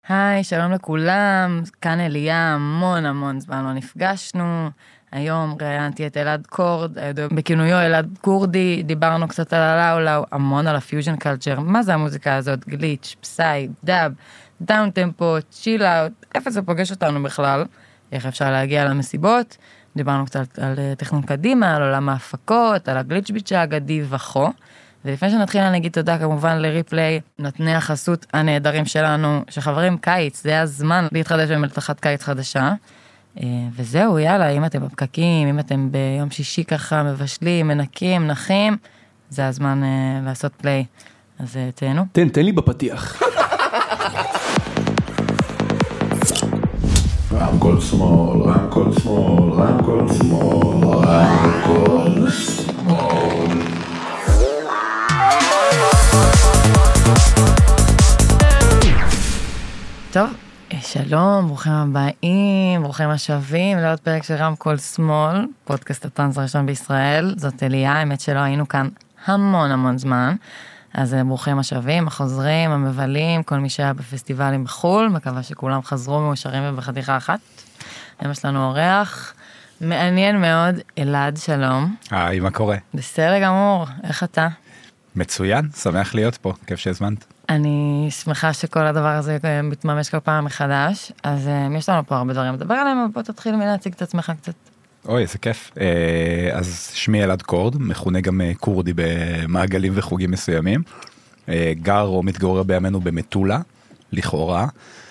היי, שלום לכולם, כאן אליה, המון זמן לא נפגשנו. היום ראיינתי את אלעד קורד, בכינויו אלעד קורדי, דיברנו קצת על הלאו-לאו, המון על הפיוז'ן קלצ'ר, מה זה המוזיקה הזאת, גליץ', פסאי, דאב, דאון טמפו, צ'יל אאוט, איפה זה פוגש אותנו בכלל, איך אפשר להגיע למסיבות, דיברנו קצת על תכנון קדימה, על עולם ההפקות, על הגליץ' ביץ' האגדי וכו, ולפני שנתחיל אני אגיד תודה כמובן לריפליי, נותני החסות הנהדרים שלנו, שחברים קיץ, זה הזמן להתחדש במלתחת קיץ חדשה, וזהו, יאללה, אם אתם בפקקים, אם אתם ביום שישי ככה מבשלים, מנקים, נחים, זה הזמן לעשות פליי, אז תהנו. תן לי בפתיח. רמקול שמאל, רמקול שמאל, רמקול שמאל, רמקול שמאל. טוב, שלום, ברוכים הבאים, ברוכים השבים, לעוד פרק של רמקול שמאל, פודקאסט הטרנס הראשון בישראל, זאת אליה, האמת שלא היינו כאן המון זמן, אז ברוכים השבים, החוזרים, המבלים, כל מי שהיה בפסטיבלים בחול, מקווה שכולם חזרו מאושרים ובחתיכה אחת. יש לנו אורח מעניין מאוד, אלעד, שלום. היי, מה קורה? בסדר גמור, איך אתה? מצוין, שמח להיות פה, כיף שהזמנת. אני שמחה שכל הדבר הזה מתממש כל פעם מחדש, אז יש לנו פה הרבה דברים לדבר עליהם, אבל בוא תתחיל מלהציג את עצמך קצת. אוי, איזה כיף. אז שמי אלעד קורד, מכונה גם קורדי במעגלים וחוגים מסוימים. גר או מתגורר בימינו במטולה, לכאורה.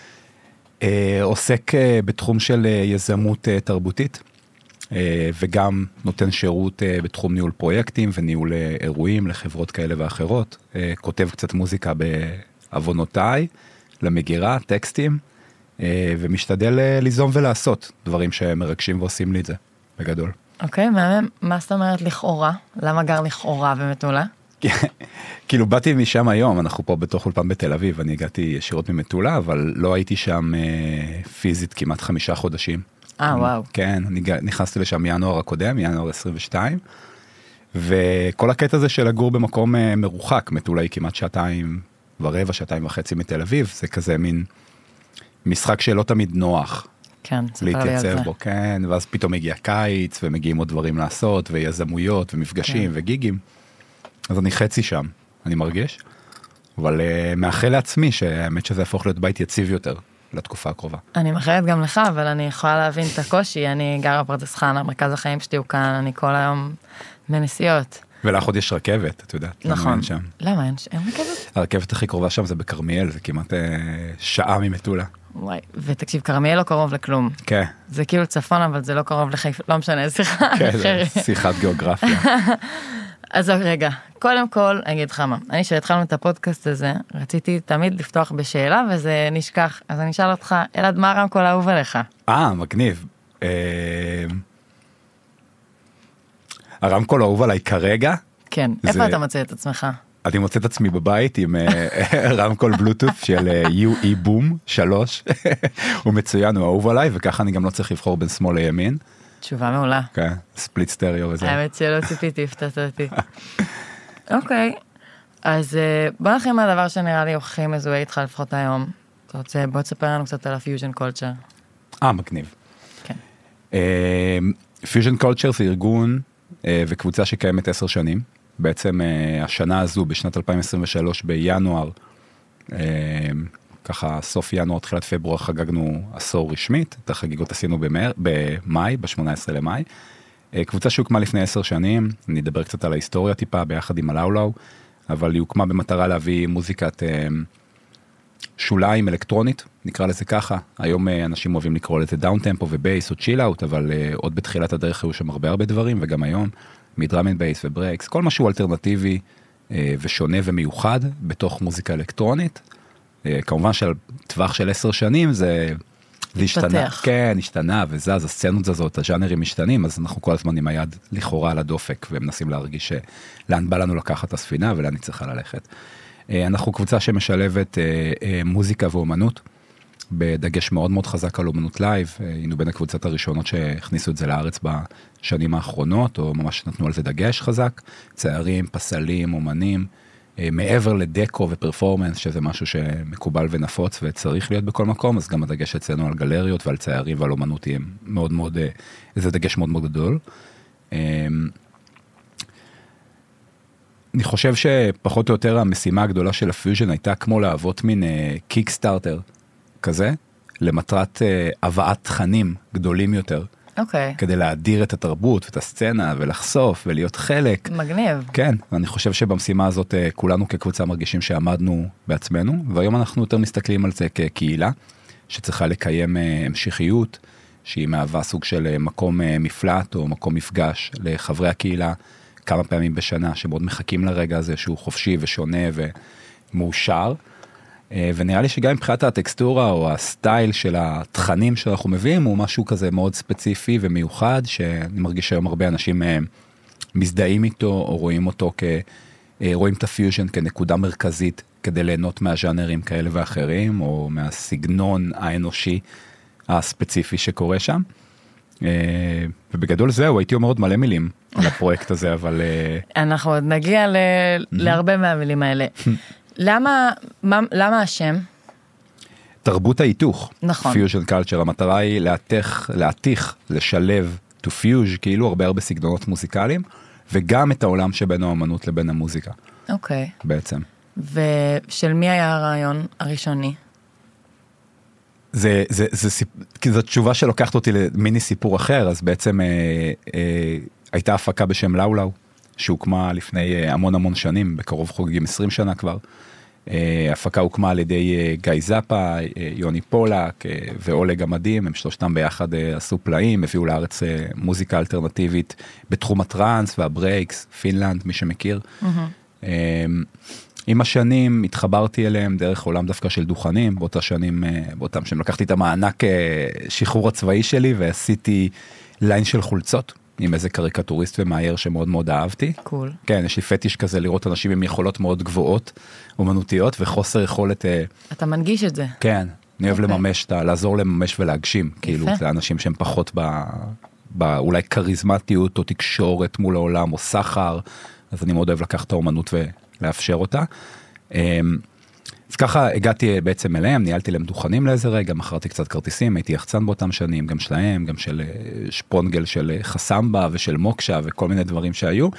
עוסק בתחום של יזמות תרבותית, וגם נותן שירות בתחום ניהול פרויקטים וניהול אירועים לחברות כאלה ואחרות. כותב קצת מוזיקה בעוונותיי, למגירה, טקסטים, ומשתדל ליזום ולעשות דברים שמרגשים ועושים לי את זה, בגדול. אוקיי, מה זאת אומרת לכאורה? למה גר לכאורה במטולה? כאילו באתי משם היום, אנחנו פה בתוך אולפן בתל אביב, אני הגעתי ישירות ממטולה, אבל לא הייתי שם פיזית כמעט 5 חודשים. וואו. כן, אני נכנסתי לשם ינואר הקודם, ינואר 22, וכל הקטע הזה של לגור במקום מרוחק, מטולה היא כמעט 2.25 2.5 מתל אביב, זה כזה מין משחק שלא תמיד נוח. כן, ספר לי על זה. להתייצב בו, כן, ואז פתאום מגיע קיץ, ומגיעים עוד דברים לעשות, ויזמויות, ומפגשים, וגיגים. אז אני חצי שם, אני מרגיש, אבל מאחל לעצמי שהאמת שזה יהפוך להיות בית יציב יותר. לתקופה הקרובה. אני מאחלת גם לך, אבל אני יכולה להבין את הקושי, אני גרה בפרדס חנה, מרכז החיים שלי הוא כאן, אני כל היום בנסיעות. ולך עוד יש רכבת, את יודעת. נכון. למה אין רכבת? הרכבת הכי קרובה שם זה בכרמיאל, זה כמעט שעה ממטולה. וואי, ותקשיב, כרמיאל לא קרוב לכלום. כן. זה כאילו צפון, אבל זה לא קרוב לחיפה, לא משנה, שיחה. כן, זה שיחת גיאוגרפיה. אז רגע, קודם כל, אני אגיד לך מה, אני שהתחלנו את הפודקאסט הזה, רציתי תמיד לפתוח בשאלה, וזה נשכח, אז אני אשאל אותך, אלעד, מה הרמקול האהוב עליך? מגניב. הרמקול האהוב עליי כרגע? כן, איפה אתה מוצא את עצמך? אני מוצא את עצמי בבית עם רמקול בלוטות' של UE Boom 3, הוא מצוין, הוא אהוב עליי, וככה אני גם לא צריך לבחור בין שמאל לימין. תשובה מעולה. כן, ספליט סטריאו וזה. האמת שלא ציפיתי, הפתעת אותי. אוקיי, אז בוא נתחיל מהדבר שנראה לי הכי מזוהה איתך לפחות היום. אתה רוצה, בוא תספר לנו קצת על הפיוז'ן קולצ'ר. מגניב. כן. פיוז'ן קולצ'ר זה ארגון וקבוצה שקיימת 10 שנים. בעצם השנה הזו, בשנת 2023, בינואר, ככה סוף ינואר, תחילת פברואר, חגגנו עשור רשמית, את החגיגות עשינו במאי, ב-18 למאי. קבוצה שהוקמה לפני 10 שנים, אני אדבר קצת על ההיסטוריה טיפה, ביחד עם הלאו-לאו, אבל היא הוקמה במטרה להביא מוזיקת שוליים אלקטרונית, נקרא לזה ככה. היום אנשים אוהבים לקרוא לזה דאון טמפו ובייס או צ'יל אאוט, אבל עוד בתחילת הדרך היו שם הרבה דברים, וגם היום, מדראם אנד בייס וברקס, כל משהו אלטרנטיבי ושונה ומיוחד בתוך מוזיקה אלקטרונית. כמובן שעל טווח של 10 שנים זה השתנה, כן, השתנה וזז, הסצנות זזות, הז'אנרים משתנים, אז אנחנו כל הזמן עם היד לכאורה על הדופק, ומנסים להרגיש לאן בא לנו לקחת את הספינה ולאן היא צריכה ללכת. אנחנו קבוצה שמשלבת מוזיקה ואומנות, בדגש מאוד מאוד חזק על אומנות לייב, היינו בין הקבוצות הראשונות שהכניסו את זה לארץ בשנים האחרונות, או ממש נתנו על זה דגש חזק, צערים, פסלים, אומנים, מעבר לדקו ופרפורמנס, שזה משהו שמקובל ונפוץ וצריך להיות בכל מקום, אז גם הדגש אצלנו על גלריות ועל ציירים ועל אומנות יהיה מאוד מאוד, איזה דגש מאוד מאוד גדול. אני חושב שפחות או יותר המשימה הגדולה של הפיוז'ן הייתה כמו להוות מין קיקסטארטר כזה, למטרת הבאת תכנים גדולים יותר. אוקיי. כדי להדיר את התרבות ואת הסצנה ולחשוף ולהיות חלק. מגניב. כן, ואני חושב שבמשימה הזאת כולנו כקבוצה מרגישים שעמדנו בעצמנו, והיום אנחנו יותר מסתכלים על זה כקהילה, שצריכה לקיים המשכיות, שהיא מהווה סוג של מקום מפלט או מקום מפגש לחברי הקהילה, כמה פעמים בשנה, שמאוד מחכים לרגע הזה שהוא חופשי ושונה ומאושר. ונראה לי שגם מבחינת הטקסטורה או הסטייל של התכנים שאנחנו מביאים, הוא משהו כזה מאוד ספציפי ומיוחד, שאני מרגיש שהיום הרבה אנשים מזדהים איתו, או רואים אותו רואים את הפיוז'ן כנקודה מרכזית, כדי ליהנות מהז'אנרים כאלה ואחרים, או מהסגנון האנושי הספציפי שקורה שם. ובגדול זהו, הייתי אומר עוד מלא מילים על הפרויקט הזה, אבל... אנחנו עוד נגיע להרבה מהמילים האלה. למה השם? תרבות ההיתוך. נכון. פיוז'ן קלצ'ר, המטרה היא להתיך, לשלב, to fuse, כאילו הרבה סגנונות מוזיקליים, וגם את העולם שבין האמנות לבין המוזיקה. אוקיי. בעצם. ושל מי היה הרעיון הראשוני? זו תשובה שלוקחת אותי למיני סיפור אחר, אז בעצם הייתה הפקה בשם לאולאו, שהוקמה לפני המון שנים, בקרוב חוגגים 20 שנה כבר. הפקה הוקמה על ידי גיא זאפה, יוני פולק ואולג המדהים, הם שלושתם ביחד עשו פלאים, הביאו לארץ מוזיקה אלטרנטיבית בתחום הטרנס והברייקס, פינלנד, מי שמכיר. עם השנים התחברתי אליהם דרך עולם דווקא של דוכנים, באותם שנים לקחתי את המענק שחרור הצבאי שלי, ועשיתי ליין של חולצות, עם איזה קריקטוריסט ומאייר שמאוד מאוד אהבתי. קול. כן, יש לי פטיש כזה לראות אנשים עם יכולות מאוד גבוהות, אומנותיות, וחוסר יכולת... אתה מנגיש את זה. כן, אני אוהב לממש, לעזור לממש ולהגשים, כאילו, לאנשים שהם פחות אולי כריזמטיות או תקשורת מול העולם או סחר, אז אני מאוד אוהב לקחת את האומנות ולאפשר אותה. אז ככה הגעתי בעצם אליהם, ניהלתי להם דוכנים לאיזה רגע, מכרתי קצת כרטיסים, הייתי יחצן באותם שנים, גם שלהם, גם של שפונגל של חסמבה ושל מוקשה וכל מיני דברים שהיו.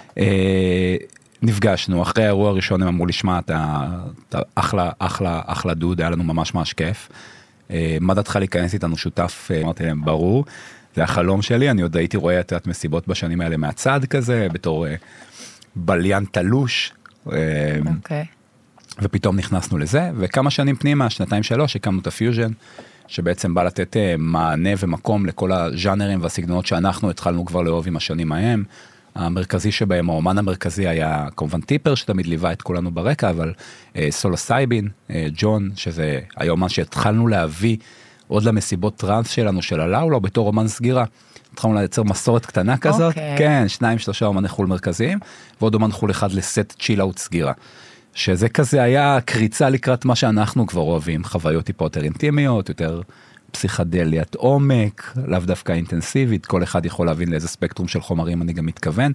נפגשנו, אחרי האירוע הראשון הם אמרו לי, שמע, אתה אחלה דוד, היה לנו ממש כיף. מה דעתך להיכנס איתנו שותף? אמרתי להם, ברור, זה החלום שלי, אני עוד הייתי רואה את מסיבות בשנים האלה מהצד כזה, בתור בליין תלוש. אוקיי. ופתאום נכנסנו לזה, וכמה שנים פנימה, 2-3, הקמנו את הפיוז'ן, שבעצם בא לתת מענה ומקום לכל הז'אנרים והסגנונות שאנחנו התחלנו כבר לאהוב עם השנים ההם. המרכזי שבהם, האומן המרכזי היה כמובן טיפר, שתמיד ליווה את כולנו ברקע, אבל סולו סייבין, ג'ון, שזה האומן שהתחלנו להביא עוד למסיבות טרנס שלנו, של הלאולו, בתור אומן סגירה. התחלנו לייצר מסורת קטנה כזאת, כן, 2-3 אומני חול מרכזיים, ועוד אומן חול אחד לסט צ'יל-אוט סגירה. שזה כזה היה קריצה לקראת מה שאנחנו כבר אוהבים, חוויות טיפה יותר אינטימיות, יותר פסיכדליית עומק, לאו דווקא אינטנסיבית, כל אחד יכול להבין לאיזה ספקטרום של חומרים אני גם מתכוון.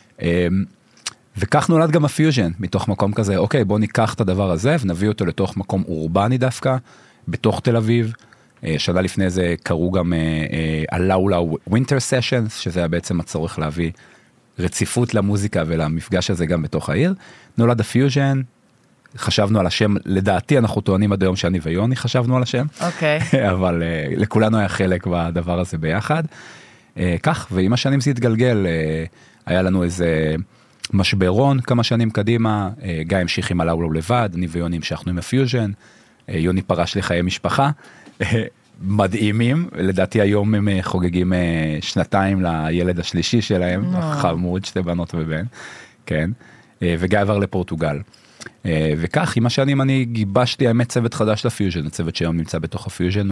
וכך נולד גם הפיוז'ן, מתוך מקום כזה, אוקיי, בוא ניקח את הדבר הזה, ונביא אותו לתוך מקום אורבני דווקא, בתוך תל אביב. שנה לפני זה קראו גם הלאולאו ווינטר סשנס, שזה היה בעצם הצורך להביא רציפות למוזיקה ולמפגש הזה גם בתוך העיר. נולד הפיוז'ן, חשבנו על השם, לדעתי אנחנו טוענים עד היום שאני ויוני חשבנו על השם, אבל לכולנו היה חלק בדבר הזה ביחד. כך, ועם השנים זה התגלגל, היה לנו איזה משברון כמה שנים קדימה, גיא המשיך עם הלאולאו לבד, אני ויוני המשכנו עם הפיוז'ן, יוני פרש לחיי משפחה, מדהימים, לדעתי היום הם חוגגים 2 לילד השלישי שלהם, חמוד, 2 בנות ובן, כן, וגיא עבר לפורטוגל. וכך, עם השנים אני גיבשתי האמת צוות חדש לפיוז'ן, הצוות שהיום נמצא בתוך הפיוז'ן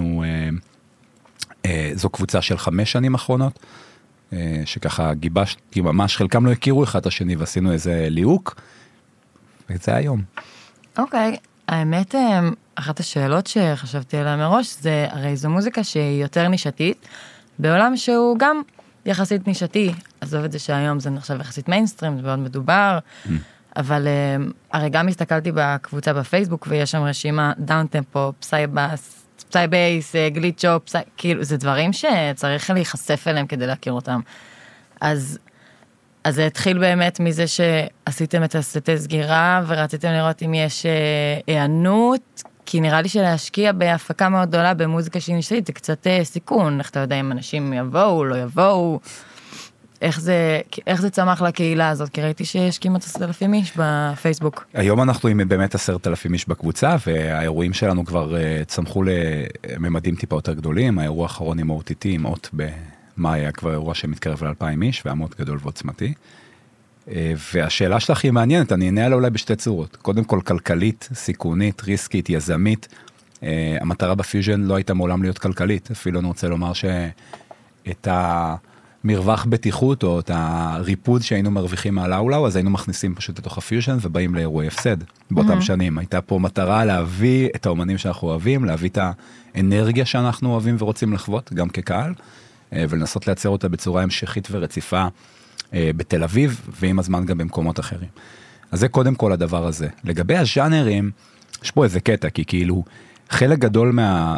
זו קבוצה של 5 שנים אחרונות, שככה גיבשתי ממש, חלקם לא הכירו אחד השני ועשינו איזה ליהוק, וזה היום. אוקיי, האמת, אחת השאלות שחשבתי עליה מראש, זה הרי זו מוזיקה שהיא יותר נישתית, בעולם שהוא גם יחסית נישתי, עזוב את זה שהיום זה נחשב יחסית מיינסטרים, זה מאוד מדובר, אבל הרי גם הסתכלתי בקבוצה בפייסבוק, ויש שם רשימה דאונטמפו, פסאי-בס, פסאי-בייס, גליצ'ו, כאילו, זה דברים שצריך להיחשף אליהם כדי להכיר אותם. אז זה התחיל באמת מזה שעשיתם את הסרטי סגירה, ורציתם לראות אם יש הענות, כי נראה לי שלהשקיע בהפקה מאוד גדולה במוזיקה שינשית, זה קצת סיכון, איך אתה יודע אם אנשים יבואו, לא יבואו, איך זה צמח לקהילה הזאת, כי ראיתי שיש כמעט 10,000 איש בפייסבוק. היום אנחנו עם באמת 10,000 איש בקבוצה, והאירועים שלנו כבר צמחו לממדים טיפה יותר גדולים, האירוע האחרון עם OTT, עם אות במאי, היה כבר אירוע שמתקרב ל2,000 איש, והמות גדול ועוצמתי. והשאלה שלך היא מעניינת, אני אענה עליה אולי בשתי צורות. קודם כל, כלכלית, סיכונית, ריסקית, יזמית. המטרה בפיוז'ן לא הייתה מעולם להיות כלכלית. אפילו אני רוצה לומר שאת המרווח בטיחות, או את הריפוד שהיינו מרוויחים מהלאו-לאו, אז היינו מכניסים פשוט לתוך הפיוז'ן, ובאים לאירועי הפסד באותם שנים. הייתה פה מטרה להביא את האומנים שאנחנו אוהבים, להביא את האנרגיה שאנחנו אוהבים ורוצים לחוות, גם כקהל, ולנסות לייצר אותה בצורה המשכית ורציפה, בתל אביב, ועם הזמן גם במקומות אחרים. אז זה קודם כל הדבר הזה. לגבי הז'אנרים, יש פה איזה קטע, כי כאילו, חלק גדול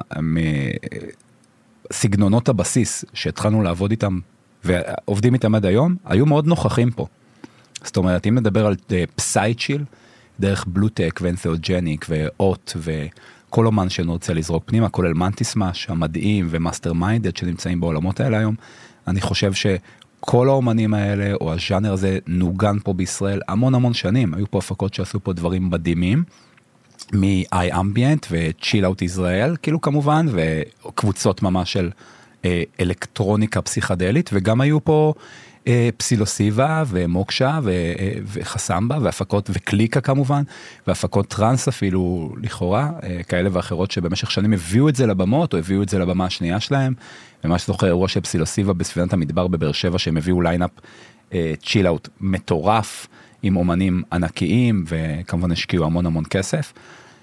סגנונות הבסיס, שהתחלנו לעבוד איתם, ועובדים איתם עד היום, היו מאוד נוכחים פה. זאת אומרת, אם נדבר על פסאי-צ'יל, דרך בלוטק, ואנת'אוג'ניק, ואוט, וכל אומן שנרצה לזרוק פנימה, כולל מנטיסמש, המדהים, ומאסטר מיינדד, שנמצאים בעולמות האלה היום, אני חושב כל האומנים האלה, או הז'אנר הזה, נוגן פה בישראל המון המון שנים. היו פה הפקות שעשו פה דברים מדהימים, מ-iAmbient ו-Chill Out Israel, כאילו כמובן, וקבוצות ממש של אלקטרוניקה פסיכדלית, וגם היו פה פסילוסיבה ומוקשה וחסמבה, והפקות, וקליקה כמובן, והפקות טרנס אפילו לכאורה, כאלה ואחרות שבמשך שנים הביאו את זה לבמות, או הביאו את זה לבמה השנייה שלהם, ומה שזוכר אירוע של פסילוסיבה בספינת המדבר בבאר שבע, שהם הביאו ליינאפ צ'יל אאוט מטורף, עם אומנים ענקיים, וכמובן השקיעו המון המון כסף,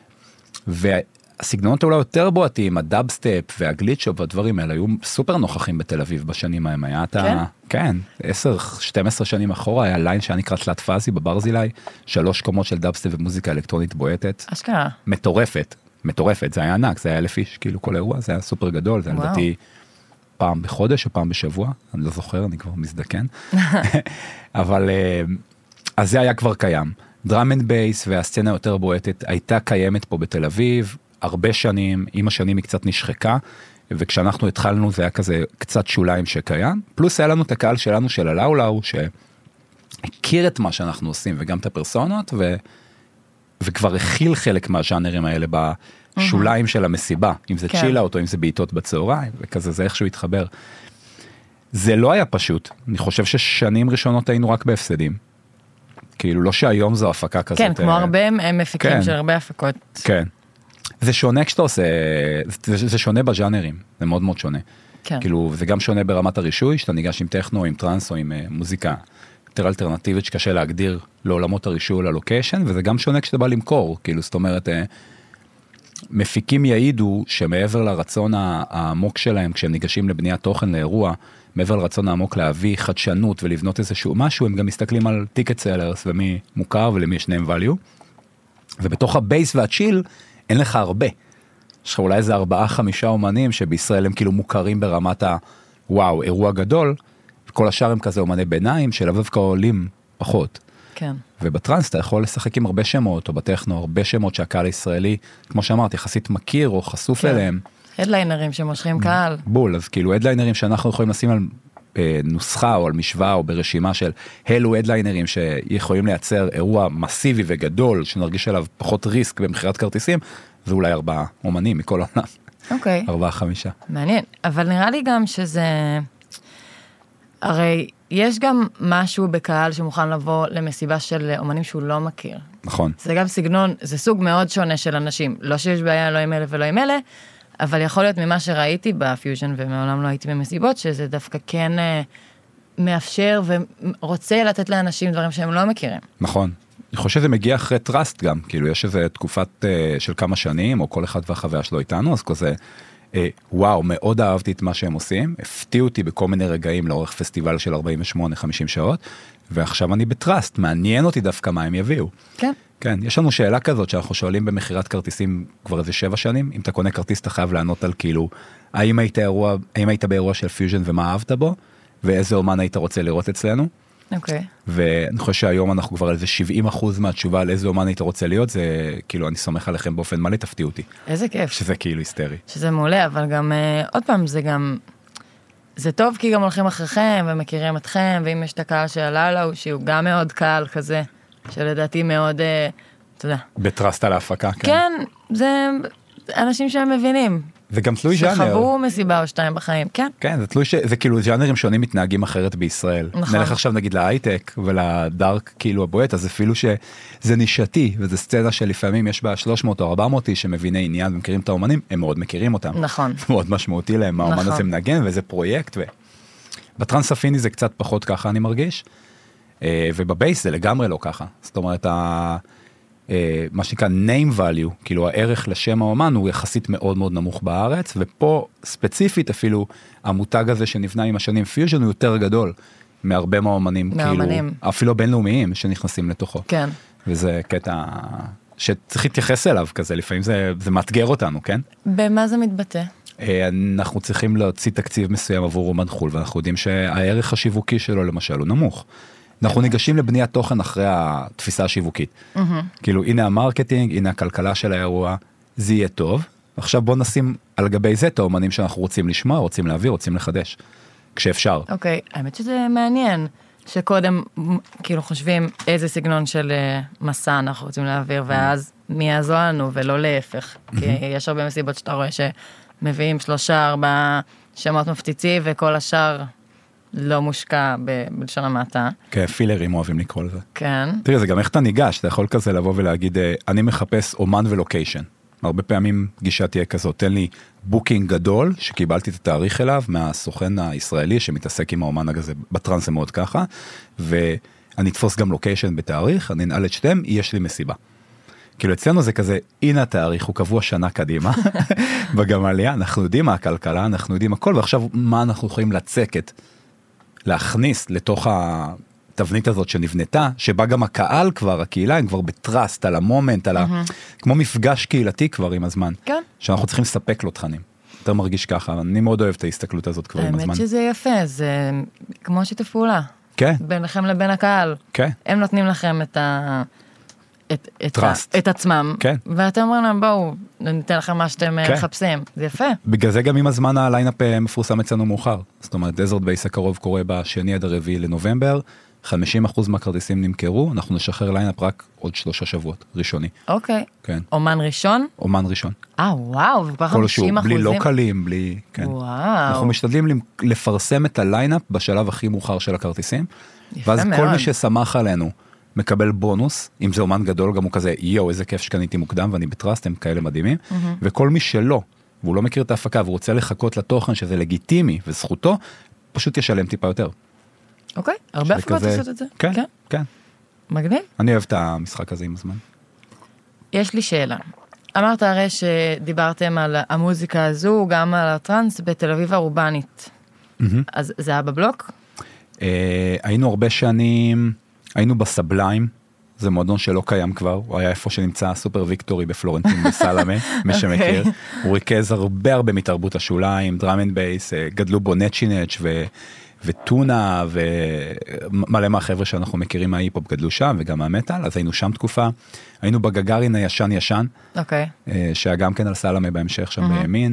והסגנונות אולי יותר בועטים, הדאבסטפ והגליצ'ופ והדברים האלה, היו סופר נוכחים בתל אביב בשנים ההם, היה כן, 10-12 שנים אחורה, היה ליין שהיה נקרא תלת פאזי בברזילי, 3 קומות של דאבסטפ ומוזיקה אלקטרונית בועטת, אשכרה. מטורפת, זה היה ענק, זה היה 1,000 איש, כאילו כל אירוע, זה היה סופר גדול, זה לדעתי פעם בחודש או פעם בשבוע, אני לא זוכר, אני כבר מזדקן, אבל אז זה היה כבר קיים. דראם אנד בייס והסצנה יותר בועטת הייתה קיימת פה בתל אביב, הרבה שנים, עם השנים היא קצת נשחקה, וכשאנחנו התחלנו זה היה כזה קצת שוליים שקיים, פלוס היה לנו את הקהל שלנו של הלאו-לאו, שהכיר את מה שאנחנו עושים, וגם את הפרסונות, וכבר הכיל חלק מהז'אנרים האלה בשוליים של המסיבה, אם זה צ'יל-אוט או אם זה בעיתות בצהריים, וכזה זה איכשהו התחבר. זה לא היה פשוט, אני חושב ששנים ראשונות היינו רק בהפסדים, כאילו לא שהיום זו הפקה כזאת. כן, כמו הרבה מפיקים של הרבה הפקות. כן. זה שונה כשאתה עושה, זה שונה בז'אנרים, זה מאוד מאוד שונה. כאילו, זה גם שונה ברמת הרישוי, שאתה ניגש עם טכנו, עם טרנס או עם מוזיקה יותר אלטרנטיבית שקשה להגדיר לעולמות הרישוי או ללוקיישן, וזה גם שונה כשאתה בא למכור, כאילו, זאת אומרת, מפיקים יעידו שמעבר לרצון העמוק שלהם, כשהם ניגשים לבניית תוכן לאירוע, מעבר לרצון העמוק להביא חדשנות ולבנות איזשהו משהו, הם גם מסתכלים על טיקט סלרס ומי מוכר ולמי יש ניים ואליו, ובתוך הבייס והצ'יל אין לך הרבה. יש לך אולי איזה 4-5 אומנים שבישראל הם כאילו מוכרים ברמת וואו, אירוע גדול, וכל השאר הם כזה אומני ביניים שלאו דווקא עולים פחות. כן. ובטרנס אתה יכול לשחק עם הרבה שמות, או בטכנו, הרבה שמות שהקהל הישראלי, כמו שאמרתי, יחסית מכיר או חשוף אליהם. הדליינרים שמושכים קהל. בול, אז כאילו הדליינרים שאנחנו יכולים לשים על נוסחה או על משוואה או ברשימה של אלו הדליינרים שיכולים לייצר אירוע מסיבי וגדול, שנרגיש עליו פחות ריסק במחירת כרטיסים, זה אולי 4 אומנים מכל העולם. אוקיי. 4-5. מעניין, אבל נראה לי גם שזה, הרי יש גם משהו בקהל שמוכן לבוא למסיבה של אומנים שהוא לא מכיר. נכון. זה גם סגנון, זה סוג מאוד שונה של אנשים, לא שיש בעיה לא עם אלה ולא עם אלה, אבל יכול להיות ממה שראיתי בפיוז'ן, ומעולם לא הייתי במסיבות, שזה דווקא כן מאפשר ורוצה לתת לאנשים דברים שהם לא מכירים. נכון. אני חושב שזה מגיע אחרי טראסט גם, כאילו יש איזו תקופת של כמה שנים, או כל אחד והחוויה שלו איתנו, אז כזה וואו, מאוד אהבתי את מה שהם עושים, הפתיעו אותי בכל מיני רגעים לאורך פסטיבל של 48-50 שעות, ועכשיו אני בטרסט, מעניין אותי דווקא מה הם יביאו. כן. כן, יש לנו שאלה כזאת שאנחנו שואלים במחירת כרטיסים כבר איזה 7 שנים, אם אתה קונה כרטיס אתה חייב לענות על כאילו, האם היית באירוע של פיוז'ן ומה אהבת בו, ואיזה אומן היית רוצה לראות אצלנו. אוקיי. ואני חושב שהיום אנחנו כבר על איזה 70% מהתשובה על איזה אומן היית רוצה להיות, זה כאילו אני סומך עליכם באופן מלא, תפתיעו אותי. איזה כיף. שזה כאילו היסטרי. שזה מעולה, אבל גם, עוד פעם, זה טוב כי גם הולכים אחריכם ומכירים אתכם, ואם יש את הקהל של הלאלאו, שהוא גם מאוד קהל כזה, שלדעתי מאוד, אתה יודע. בטרסט על ההפקה, כן. כן, זה אנשים שהם מבינים. וגם תלוי ז'אנר. שחוו מסיבה או 2 בחיים, כן. כן, זה תלוי זה כאילו ז'אנרים שונים מתנהגים אחרת בישראל. נכון. נלך עכשיו נגיד להייטק ולדארק כאילו הבועט, אז אפילו שזה נישתי, וזה סצנה שלפעמים יש בה 300 או 400 איש שמביני עניין ומכירים את האומנים, הם מאוד מכירים אותם. נכון. זה מאוד משמעותי להם, מה האומן נכון. הזה מנגן ואיזה פרויקט. בטרנס הפיני זה קצת פחות ככה אני מרגיש, ובבייס זה לגמרי לא ככה. זאת אומרת, מה שנקרא name value, כאילו הערך לשם האומן הוא יחסית מאוד מאוד נמוך בארץ, ופה ספציפית אפילו המותג הזה שנבנה עם השנים פיוז'ן הוא יותר גדול מהרבה מהאומנים, כאילו אפילו בינלאומיים שנכנסים לתוכו. כן. וזה קטע שצריך להתייחס אליו כזה, לפעמים זה מאתגר אותנו, כן? במה זה מתבטא? אנחנו צריכים להוציא תקציב מסוים עבור אומן חול, ואנחנו יודעים שהערך השיווקי שלו למשל הוא נמוך. אנחנו ניגשים לבניית תוכן אחרי התפיסה השיווקית. כאילו, הנה המרקטינג, הנה הכלכלה של האירוע, זה יהיה טוב. עכשיו בוא נשים על גבי זה את האומנים שאנחנו רוצים לשמוע, רוצים להביא, רוצים לחדש. כשאפשר. אוקיי, האמת שזה מעניין, שקודם כאילו חושבים איזה סגנון של מסע אנחנו רוצים להעביר, ואז מי יעזור לנו, ולא להפך. כי יש הרבה מסיבות שאתה רואה שמביאים 3-4 שמות מפציצי, וכל השאר לא מושקע בלשון המעטה. כן, פילרים אוהבים לקרוא לזה. כן. תראי, זה גם איך אתה ניגש, אתה יכול כזה לבוא ולהגיד, אני מחפש אומן ולוקיישן. הרבה פעמים גישה תהיה כזאת, תן לי בוקינג גדול, שקיבלתי את התאריך אליו, מהסוכן הישראלי שמתעסק עם האומן הזה, בטרנס זה מאוד ככה, ואני אתפוס גם לוקיישן בתאריך, אני אנעל את שתיהם, יש לי מסיבה. כאילו אצלנו זה כזה, הנה התאריך, הוא קבוע שנה קדימה, בגמליה, אנחנו יודעים מה הכלכלה, אנחנו יודעים הכל, ועכשיו מה אנחנו יכולים לצקת, להכניס לתוך התבנית הזאת שנבנתה, שבה גם הקהל כבר, הקהילה, הם כבר בטרסט, על המומנט, על כמו מפגש קהילתי כבר עם הזמן, כן. שאנחנו צריכים לספק לו תכנים. יותר מרגיש ככה, אני מאוד אוהב את ההסתכלות הזאת כבר עם הזמן. האמת שזה יפה, זה כמו שיתוף פעולה. כן. ביניכם לבין הקהל. כן. הם נותנים לכם את עצמם, כן. ואתם אומרים להם, בואו, ניתן לכם מה שאתם מחפשים. זה יפה. בגלל זה גם עם הזמן הליינאפ מפורסם אצלנו מאוחר. זאת אומרת, דזרט בייס הקרוב קורה בשני עד הרביעי לנובמבר, 50% מהכרטיסים נמכרו, אנחנו נשחרר ליינאפ רק עוד 3 שבועות, ראשוני. אוקיי. כן. אומן ראשון? אומן ראשון. וואו, וכבר 50%. בלי לוקלים, בלי, כן. וואו. אנחנו משתדלים לפרסם את הליינאפ בשלב הכי מאוחר של הכרטיסים, ואז כל מי ששמח עלינו, מקבל בונוס, אם זה אומן גדול, גם הוא כזה, יו, איזה כיף שקניתי מוקדם, ואני בטרסט, הם כאלה מדהימים, וכל מי שלא, והוא לא מכיר את ההפקה, והוא רוצה לחכות לתוכן שזה לגיטימי, וזכותו, פשוט ישלם טיפה יותר. אוקיי, הרבה הפקות עושות את זה. כן, כן. מגניב. אני אוהב את המשחק הזה עם הזמן. יש לי שאלה. אמרת הרי שדיברתם על המוזיקה הזו, גם על הטרנס בתל אביב האורבנית. אז זה היה בבלוק? היינו הרבה שנים, היינו בסבליים, זה מועדון שלא קיים כבר, הוא היה איפה שנמצא סופר ויקטורי בפלורנטין בסלמה, מי שמכיר. הוא ריכז הרבה מתרבות השוליים, דראם אנד בייס, גדלו בו נצ'ינץ' וטונה, ומלא מהחבר'ה שאנחנו מכירים מההיפ-הופ גדלו שם, וגם מהמטל, אז היינו שם תקופה. היינו בגגארין הישן, שהיה גם כן על סלמה בהמשך שם בימין.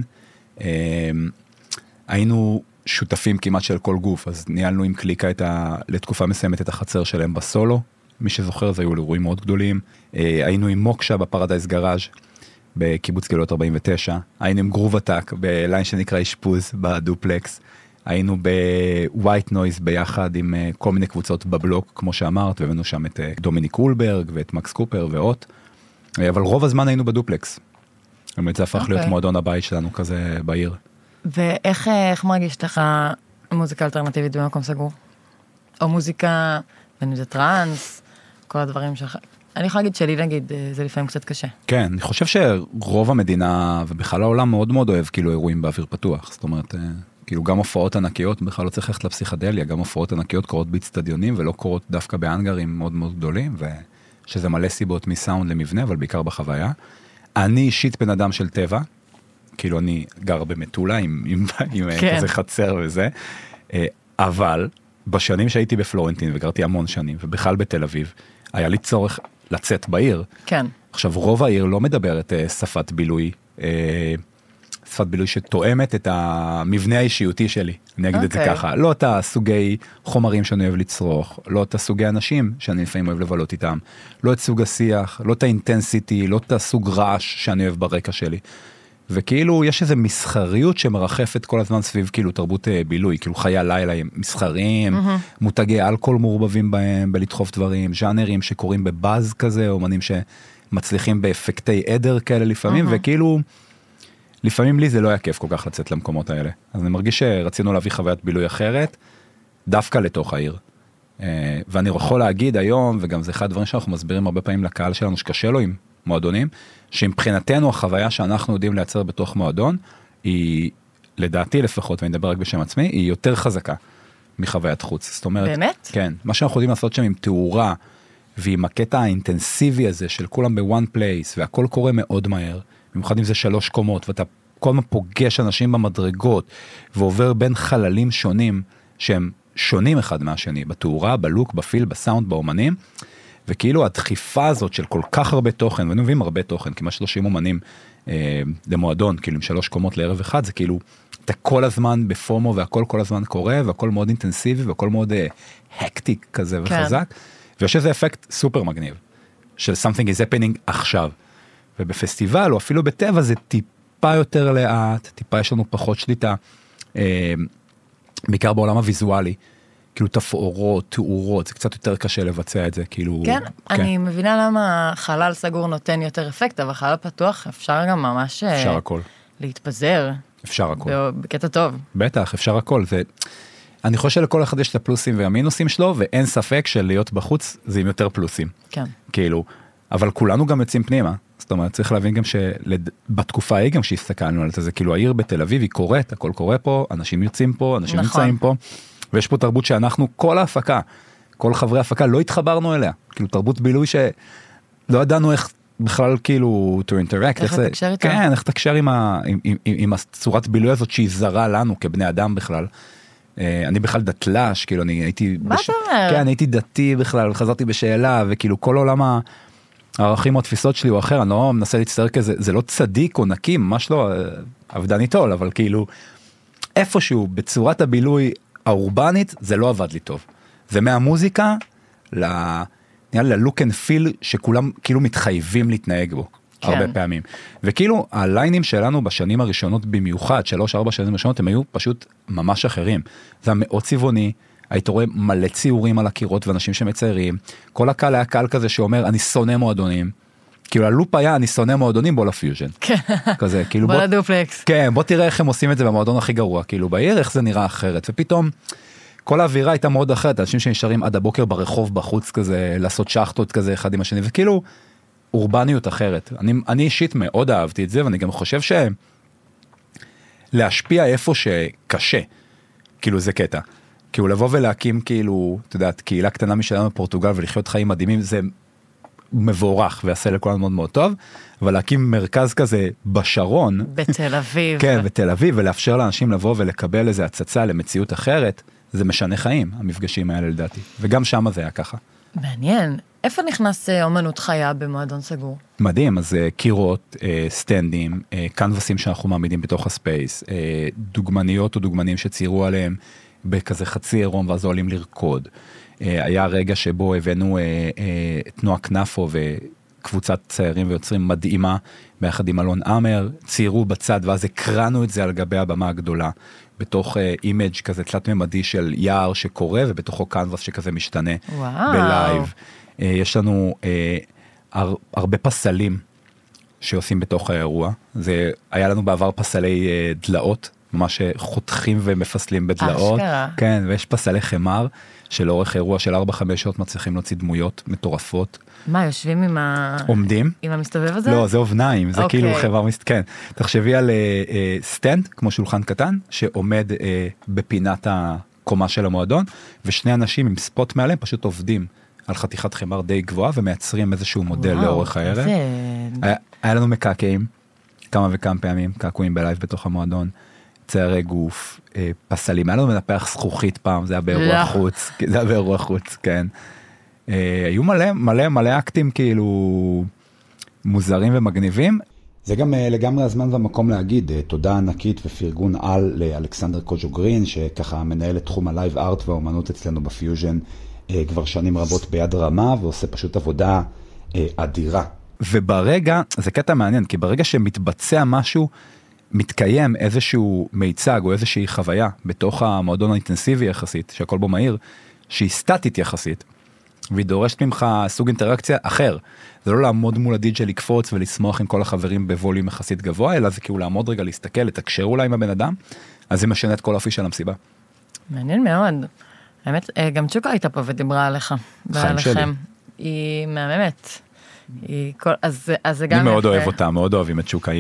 היינו שותפים כמעט של כל גוף, אז ניהלנו עם קליקה לתקופה מסוימת את החצר שלהם בסולו, מי שזוכר זה היו אירועים מאוד גדולים, היינו עם מוקשה בפרדייס גראז' בקיבוץ גלויות 49, היינו עם גרוב עתק בליין שנקרא אשפוז בדופלקס, היינו בווייט נויז ביחד עם כל מיני קבוצות בבלוק, כמו שאמרת, והבאנו שם את דומיניק אולברג ואת מקס קופר ואות, אבל רוב הזמן היינו בדופלקס, באמת זה הפך להיות מועדון הבית שלנו כזה בעיר. ואיך מרגיש לך מוזיקה אלטרנטיבית במקום סגור? או מוזיקה, בין אם זה טרנס, כל הדברים שלך. אני יכולה להגיד שלי, נגיד, זה לפעמים קצת קשה. כן, אני חושב שרוב המדינה, ובכלל העולם מאוד מאוד אוהב כאילו אירועים באוויר פתוח, זאת אומרת, כאילו גם הופעות ענקיות, בכלל לא צריך ללכת לפסיכדליה, גם הופעות ענקיות קורות באצטדיונים, ולא קורות דווקא באנגרים מאוד מאוד גדולים, ושזה מלא סיבות מסאונד למבנה, אבל בעיקר בחוויה. אני אישית בן אדם של טבע, כאילו אני גר במטולה, עם כזה חצר וזה, אבל בשנים שהייתי בפלורנטין, וגרתי המון שנים, ובכלל בתל אביב, היה לי צורך לצאת בעיר. כן. עכשיו, רוב העיר לא מדברת שפת בילוי, שפת בילוי שתואמת את המבנה האישיותי שלי, אני אגיד את זה ככה. לא את הסוגי חומרים שאני אוהב לצרוך, לא את הסוגי אנשים שאני לפעמים אוהב לבלות איתם, לא את סוג השיח, לא את האינטנסיטי, לא את הסוג רעש שאני אוהב ברקע שלי. וכאילו יש איזו מסחריות שמרחפת כל הזמן סביב כאילו תרבות בילוי, כאילו חיי הלילה הם מסחריים, מותגי אלכוהול מעורבבים בהם, בלדחוף דברים, ז'אנרים שקוראים בבאז כזה, אומנים שמצליחים באפקטי עדר כאלה לפעמים, וכאילו לפעמים לי זה לא היה כיף כל כך לצאת למקומות האלה. אז אני מרגיש שרצינו להביא חוויית בילוי אחרת, דווקא לתוך העיר. ואני יכול להגיד היום, וגם זה אחד הדברים שאנחנו מסבירים הרבה פעמים לקהל שלנו שקשה לו עם מועדונים, שמבחינתנו החוויה שאנחנו יודעים לייצר בתוך מועדון, היא, לדעתי לפחות, ואני מדבר רק בשם עצמי, היא יותר חזקה מחוויית חוץ. זאת אומרת, באמת? כן, מה שאנחנו יודעים לעשות שם עם תאורה, ועם הקטע האינטנסיבי הזה של כולם בוואן פלייס, והכל קורה מאוד מהר, במיוחד אם זה 3 קומות, ואתה כל הזמן פוגש אנשים במדרגות, ועובר בין חללים שונים, שהם שונים אחד מהשני, בתאורה, בלוק, בפיל, בסאונד, באומנים, וכאילו הדחיפה הזאת של כל כך הרבה תוכן, ואנו מביאים הרבה תוכן, כמעט 30 אומנים למועדון, כאילו עם 3 קומות לערב אחד, זה כאילו, אתה כל הזמן בפומו, והכל כל הזמן קורה, והכל מאוד אינטנסיבי, והכל מאוד הקטיק כזה וחזק, ויש איזה אפקט סופר מגניב, של something is happening עכשיו, ובפסטיבל, או אפילו בטבע, זה טיפה יותר לאט, טיפה יש לנו פחות שליטה, בעיקר בעולם הוויזואלי, כאילו תפאורות, תאורות, זה קצת יותר קשה לבצע את זה, כאילו... כן, אני מבינה למה חלל סגור נותן יותר אפקט, אבל חלל פתוח אפשר גם ממש... אפשר הכל. להתפזר. אפשר הכל. בקטע טוב. בטח, אפשר הכל. אני חושב שלכל אחד יש את הפלוסים והמינוסים שלו, ואין ספק של להיות בחוץ זה עם יותר פלוסים. כן. כאילו, אבל כולנו גם יוצאים פנימה. זאת אומרת, צריך להבין גם שבתקופה ההיא גם שהסתכלנו על זה, כאילו העיר בתל אביב היא קורית, הכל קורה פה, אנשים יוצאים פה, אנשים נמצאים פה. ויש פה תרבות שאנחנו, כל ההפקה, כל חברי ההפקה, לא התחברנו אליה. כאילו תרבות בילוי שלא ידענו איך בכלל כאילו to interact. איך לתקשר איתה. כן, איך לתקשר עם הצורת בילוי הזאת שהיא זרה לנו כבני אדם בכלל. אני בכלל דתל"ש, כאילו אני הייתי... מה אתה אומר? כן, הייתי דתי בכלל, וחזרתי בשאלה, וכאילו כל עולם הערכים או התפיסות שלי הוא אחר, אני לא מנסה להצטער כזה, זה לא צדיק או נקי, ממש לא עבדן איתו, אבל כאילו איפשהו בצורת הבילוי האורבנית, זה לא עבד לי טוב. זה מהמוזיקה ללוק אנד פיל שכולם כאילו מתחייבים להתנהג בו. כן. הרבה פעמים. וכאילו הליינים שלנו בשנים הראשונות במיוחד, 3-4 שנים ראשונות, הם היו פשוט ממש אחרים. זה היה מאוד צבעוני, היית רואה מלא ציורים על הקירות ואנשים שמציירים, כל הקהל היה קהל כזה שאומר, אני שונא מועדונים. כאילו הלופ היה, אני שונא מועדונים, בוא לפיוז'ן. כזה, כאילו בוא לדופלקס. כן, בוא תראה איך הם עושים את זה במועדון הכי גרוע, כאילו בעיר, איך זה נראה אחרת, ופתאום כל האווירה הייתה מאוד אחרת, אנשים שנשארים עד הבוקר ברחוב בחוץ כזה, לעשות שחטות כזה אחד עם השני, וכאילו אורבניות אחרת. אני אישית מאוד אהבתי את זה, ואני גם חושב להשפיע איפה שקשה, כאילו זה קטע. כאילו לבוא ולהקים כאילו, אתה יודעת, קהילה קטנה משלנו בפורטוגל ולחיות חיים מדהימים, זה מבורך ועשה לכולנו מאוד מאוד טוב, אבל להקים מרכז כזה בשרון. בתל אביב. כן, בתל אביב, ולאפשר לאנשים לבוא ולקבל איזו הצצה למציאות אחרת, זה משנה חיים, המפגשים האלה לדעתי. וגם שם זה היה ככה. מעניין. איפה נכנס אומנות חיה במועדון סגור? מדהים, אז קירות, סטנדים, קנבסים שאנחנו מעמידים בתוך הספייס, דוגמניות או דוגמנים שציירו עליהם בכזה חצי עירום ואז עולים לרקוד. היה רגע שבו הבאנו את נועה כנפו וקבוצת ציירים ויוצרים מדהימה ביחד עם אלון אמר, ציירו בצד ואז הקרנו את זה על גבי הבמה הגדולה, בתוך אימג' כזה תלת ממדי של יער שקורה ובתוכו קנבס שכזה משתנה בלייב. יש לנו הרבה פסלים שעושים בתוך האירוע, זה היה לנו בעבר פסלי דלאות ממש חותכים ומפסלים בדלאות. אשכרה. כן, ויש פסלי חמר, שלאורך אירוע של 4-5 שעות מצליחים להוציא דמויות מטורפות. מה, יושבים עומדים? עם המסתובב הזה? לא, זה אובניים, זה אוקיי. כאילו חמר כן. תחשבי על סטנד, כמו שולחן קטן, שעומד בפינת הקומה של המועדון, ושני אנשים עם ספוט מעליהם פשוט עובדים על חתיכת חמר די גבוהה, ומייצרים איזשהו מודל לאורך הערב. היה לנו מקעקעים, כמה וכמה פעמים, קעקועים בלייב בתוך המועדון, ציירי גוף, פסלים, היה לנו מנפח זכוכית פעם, זה היה באירוע חוץ, זה היה באירוע חוץ, כן. היו מלא אקטים כאילו מוזרים ומגניבים. זה גם לגמרי הזמן והמקום להגיד תודה ענקית ופרגון על לאלכסנדר קוז'וגרין, שככה מנהל את תחום הלייב ארט והאומנות אצלנו בפיוז'ן כבר שנים רבות ביד רמה, ועושה פשוט עבודה אדירה. וברגע, זה קטע מעניין, כי ברגע שמתבצע משהו, מתקיים איזשהו מיצג או איזושהי חוויה בתוך המועדון האינטנסיבי יחסית, שהכל בו מהיר, שהיא סטטית יחסית, והיא דורשת ממך סוג אינטראקציה אחר. זה לא לעמוד מול הדי-ג'יי לקפוץ ולשמוח עם כל החברים בווליום יחסית גבוה, אלא זה כאילו לעמוד רגע להסתכל, לתקשר אולי עם הבן אדם, אז זה משנה את כל האופי של המסיבה. מעניין מאוד. האמת, גם צ'וקה הייתה פה ודיברה עליך. חיים שלי. היא מהממת. אז זה גם אני מאוד אוהב אותה, מאוד אוהבים את צ'וקה,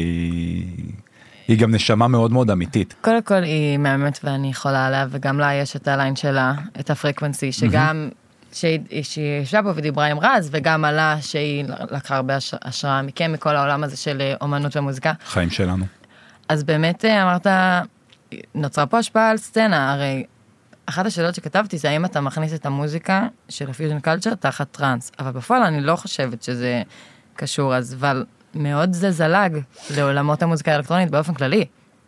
היא גם נשמה מאוד מאוד אמיתית. קודם כל היא מהממת ואני יכולה עליה, וגם לה יש את הליין שלה, את הפרקוונסי, שגם שהיא ישבה פה ודיברה עם רז, וגם עלה שהיא לקחה הרבה השראה מכם, מכל העולם הזה של אומנות ומוזיקה. חיים שלנו. אז באמת אמרת, נוצרה פה השפעה על סצנה, הרי אחת השאלות שכתבתי זה האם אתה מכניס את המוזיקה של הפיוז'ן קלצ'ר תחת טרנס, אבל בפועל אני לא חושבת שזה קשור, אבל מאוד זה זלג לעולמות המוזיקה האלקטרונית באופן כללי.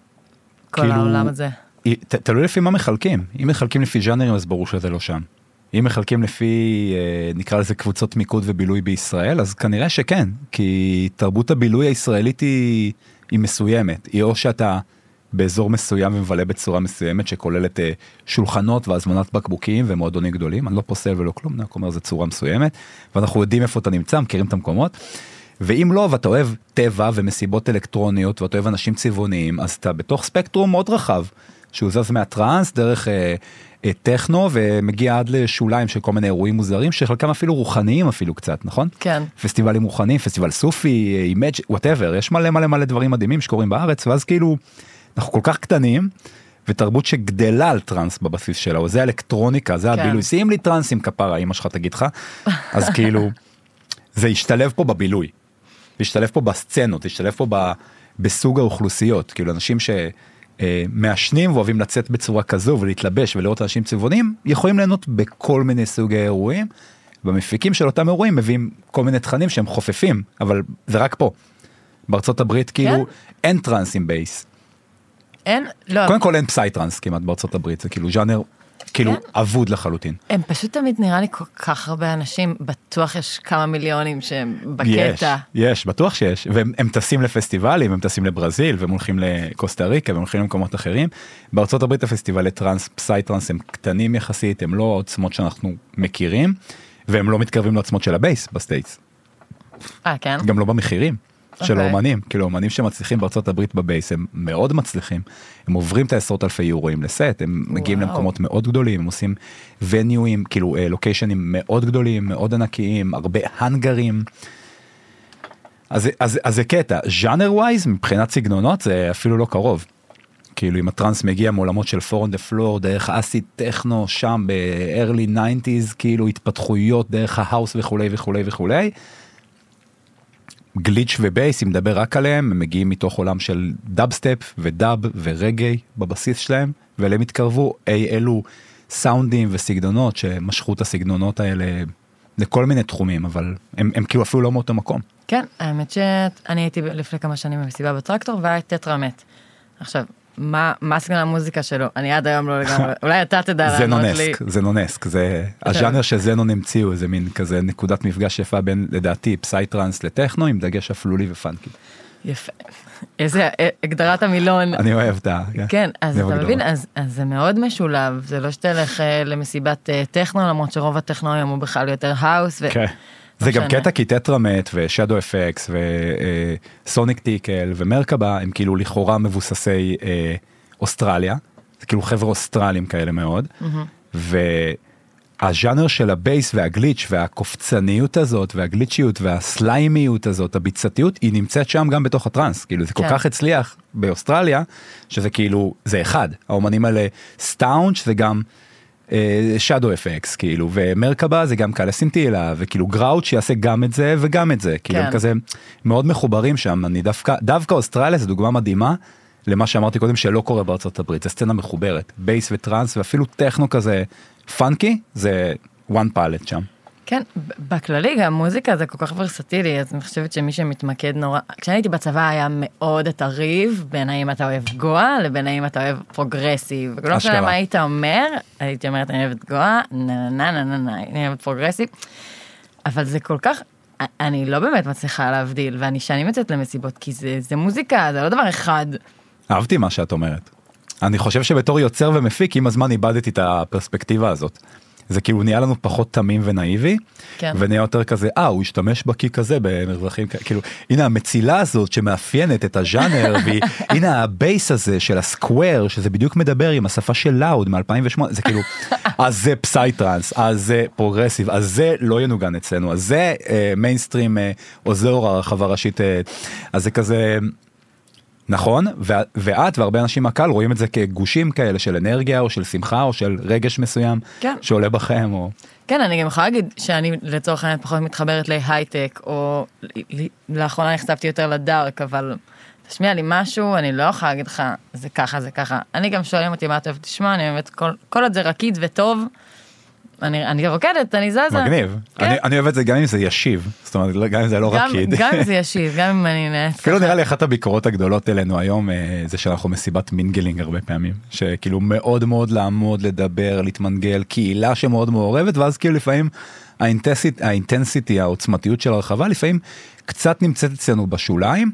כל העולם הזה. תלוי לפי מה מחלקים. אם מחלקים לפי ז'אנרים, אז ברור שזה לא שם. אם מחלקים לפי, נקרא לזה קבוצות מיקוד ובילוי בישראל, אז כנראה שכן, כי תרבות הבילוי הישראלית היא מסוימת. היא או שאתה באזור מסוים ומבלה בצורה מסוימת, שכוללת שולחנות והזמנת בקבוקים ומועדונים גדולים. אני לא פוסל ולא כלום, אני אומר, זו צורה מסוימת, ואנחנו יודעים איפה אתה נמצא, מכירים את המקומות. ואם לא, ואתה אוהב טבע ומסיבות אלקטרוניות, ואתה אוהב אנשים צבעוניים, אז אתה בתוך ספקטרום מאוד רחב, שהוא זז מהטרנס דרך טכנו, ומגיע עד לשוליים של כל מיני אירועים מוזרים, שחלקם אפילו רוחניים אפילו קצת, נכון? כן. פסטיבלים רוחניים, פסטיבל סופי, אימג', whatever, יש מלא דברים מדהימים שקורים בארץ, ואז כאילו, אנחנו כל כך קטנים, ותרבות שגדלה על טרנס בבסיס שלה, זה האלקטרוניקה, זה הבילוי, שים לי טרנס עם כפרה, אמא שלך תגיד לך, אז כאילו, זה ישתלב פה בבילוי, ישתלב פה בסצנות, ישתלב פה בסוג האוכלוסיות, כאילו אנשים שמעשנים ואוהבים לצאת בצורה כזו ולהתלבש ולראות אנשים צבעונים, יכולים ליהנות בכל מיני סוגי אירועים, במפיקים של אותם אירועים מביאים כל מיני תכנים שהם חופפים, אבל זה רק פה. בארצות הברית כאילו אין טרנס עם בייס. אין? לא. קודם כל אין פסאי טרנס כמעט בארצות הברית, זה כאילו ז'אנר כאילו אבוד לחלוטין. הם פשוט תמיד נראה לי כל כך הרבה אנשים, בטוח יש כמה מיליונים שהם בקטע. יש, בטוח שיש, והם טסים לפסטיבלים, הם טסים לברזיל, והם הולכים לקוסטה ריקה, והם הולכים למקומות אחרים. בארצות הברית הפסטיבלי טרנס, פסאי טרנס הם קטנים יחסית, הם לא עוצמות שאנחנו מכירים, והם לא מתקרבים לעוצמות של הבייס בסטייטס. כן? גם לא במחירים. של האומנים, כאילו האומנים שמצליחים בארצות הברית בבייס, הם מאוד מצליחים, הם עוברים את העשרות אלפי יורואים לסט, הם מגיעים למקומות מאוד גדולים, הם עושים וניואים, כאילו לוקיישנים מאוד גדולים, מאוד ענקיים, הרבה הנגרים, אז זה קטע, ז'אנר ווייז, מבחינת סגנונות, זה אפילו לא קרוב, כאילו אם הטרנס מגיע מעולמות של פור on the floor, דרך אסיד טכנו, שם ב-early 90s, כאילו התפתחויות דרך ההאוס וכולי וכולי וכולי, גליץ' ובייס, אם מדבר רק עליהם, הם מגיעים מתוך עולם של דאב-סטפ ודאב ורגי בבסיס שלהם, ואליהם התקרבו אלו סאונדים וסגנונות שמשכו את הסגנונות האלה לכל מיני תחומים, אבל הם כאילו אפילו לא מאותו מקום. כן, האמת שאני הייתי לפני כמה שנים במסיבה בטרקטור, והיה טטרמט. עכשיו, מה סגנון המוזיקה שלו? אני עד היום לא לגמרי, אולי אתה תדע לענות לי. זה נונסק, זה הז'אנר שזנון המציאו, זה מין כזה נקודת מפגש יפה בין, לדעתי, פסאי טרנס לטכנו, עם דגש אפלולי ופאנקי. יפה. איזה הגדרת המילון. אני אוהב את כן, אז אתה מבין, אז זה מאוד משולב, זה לא שתלך למסיבת טכנו, למרות שרוב הטכנו היום הוא בכלל יותר האוס. כן. זה גם קטע כי טטרמט ושאדו אפקס וסוניק טיקל ומרקבה הם כאילו לכאורה מבוססי אוסטרליה, זה כאילו חבר'ה אוסטרלים כאלה מאוד, והז'אנר של הבייס והגליץ' והקופצניות הזאת, והגליצ'יות והסליימיות הזאת, הביצתיות, היא נמצאת שם גם בתוך הטרנס, כאילו זה כל כך הצליח באוסטרליה, שזה כאילו, זה אחד, האומנים האלה סטאונד, שזה גם שדו אפקס, כאילו, ומרקבה זה גם קלה סינטילה, וכאילו גראוט שיעשה גם את זה וגם את זה, כאילו הם כזה מאוד מחוברים שם, אני דווקא אוסטרליה זה דוגמה מדהימה, למה שאמרתי קודם שלא קורה בארצות הברית, זה סצנה מחוברת, בייס וטרנס ואפילו טכנו כזה פאנקי, זה one palette שם. כן, בכללי גם מוזיקה זה כל כך ורסטילי, אז אני חושבת שמי שמתמקד נורא, כשאני הייתי בצבא היה מאוד את הריב, בין האם אתה אוהב גואה, לבין האם אתה אוהב פרוגרסיב, ולא משנה מה היית אומר, הייתי אומרת אני אוהבת גואה, אני אוהבת פרוגרסיב, אבל זה כל כך, אני לא באמת מצליחה להבדיל, ואני שאני מצאת למסיבות, כי זה מוזיקה, זה לא דבר אחד. אהבתי מה שאת אומרת. אני חושב שבתור יוצר ומפיק, עם הזמן איבדתי את הפרספקטיבה הזאת. זה כאילו נהיה לנו פחות תמים ונאיבי, ונהיה יותר כזה, הוא השתמש בקיק הזה במרווחים, כאילו, הנה המצילה הזאת שמאפיינת את הז'אנר, והנה הבייס הזה של הסקוואר, שזה בדיוק מדבר עם השפה של לאוד מ-2008, זה כאילו, אז זה פסייטרנס, אז זה פרוגרסיב, אז זה לא ינוגן אצלנו, אז זה מיינסטרים, עוזר הרחבה ראשית, אז זה כזה, נכון, ואת והרבה אנשים מהקהל רואים את זה כגושים כאלה של אנרגיה או של שמחה או של רגש מסוים שעולה בכם או... כן, אני גם יכולה להגיד שאני לצורך העניין פחות מתחברת להייטק או לאחרונה נחשפתי יותר לדארק, אבל תשמיע לי משהו, אני לא יכולה להגיד לך זה ככה, זה ככה. אני גם שואלים אותי מה אתה אוהב תשמע, אני אוהבת כל עוד זה רקיד וטוב, אני רוקדת, אני זזה. מגניב. אני אוהב את זה גם אם זה ישיב. זאת אומרת, גם אם זה לא רקיד. גם אם זה ישיב, גם אם אני נהנית. כאילו נראה לי אחת הביקורות הגדולות אלינו היום, זה שאנחנו מסיבת מינגלינג הרבה פעמים. שכאילו מאוד מאוד לעמוד, לדבר, להתמנגל, קהילה שמאוד מעורבת, ואז כאילו לפעמים האינטנסיטי, העוצמתיות של הרחבה, לפעמים קצת נמצאת אצלנו בשוליים,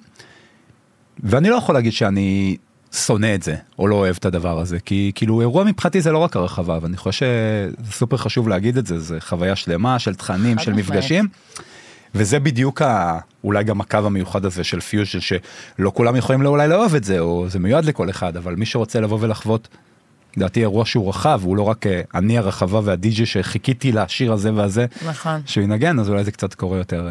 ואני לא יכול להגיד שאני... שונא את זה, או לא אוהב את הדבר הזה, כי כאילו אירוע מבחינתי זה לא רק הרחבה, ואני חושב שזה סופר חשוב להגיד את זה, זה חוויה שלמה של תכנים, של מפגשים, וזה בדיוק אולי גם הקו המיוחד הזה של פיוז'ן, שלא כולם יכולים אולי לאהוב את זה, או זה מיועד לכל אחד, אבל מי שרוצה לבוא ולחוות, לדעתי אירוע שהוא רחב, הוא לא רק אני הרחבה והדיג'י שחיכיתי לשיר הזה והזה, שהוא ינגן, אז אולי זה קצת קורה יותר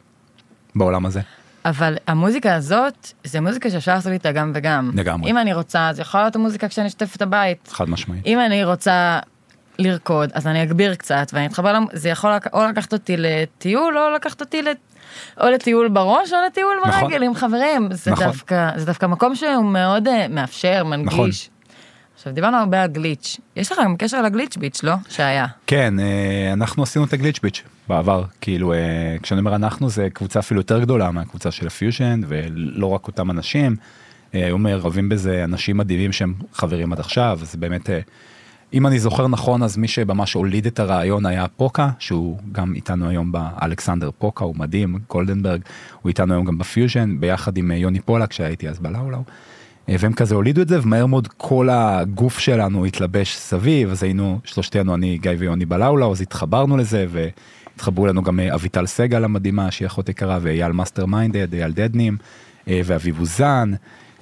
בעולם הזה. אבל המוזיקה הזאת, זה מוזיקה שאפשר לעשות איתה גם וגם. לגמרי. אם אני רוצה, זה יכול להיות המוזיקה כשאני אשתף את הבית. חד משמעית. אם אני רוצה לרקוד, אז אני אגביר קצת, ואני אתחבר, זה יכול או לקחת אותי לטיול, או לקחת אותי או לטיול בראש, או לטיול ברגל עם חברים. זה דווקא מקום שהוא מאוד מאפשר, מנגיש. עכשיו, דיברנו הרבה על גליץ'. יש לך גם קשר לגליץ' ביץ', לא? שהיה. כן, אנחנו עשינו את הגליץ' ביץ' בעבר. כאילו, כשאני אומר אנחנו, זה קבוצה אפילו יותר גדולה מהקבוצה של הפיוז'ן, ולא רק אותם אנשים. היו מערבים בזה אנשים מדהימים שהם חברים עד עכשיו, אז באמת, אם אני זוכר נכון, אז מי שממש הוליד את הרעיון היה פוקה, שהוא גם איתנו היום באלכסנדר פוקה, הוא מדהים, גולדנברג, הוא איתנו היום גם בפיוז'ן, ביחד עם יוני פולק, שהייתי אז בלאולאו. והם כזה הולידו את זה, ומהר מאוד כל הגוף שלנו התלבש סביב, אז היינו שלושתנו, אני, גיא ויוני בלאולאו, אז התחברנו לזה, והתחברו לנו גם אביטל סגל המדהימה, שהיא אחות יקרה, ואייל מאסטר מיינדד, אייל דדנים, ואביב אוזן,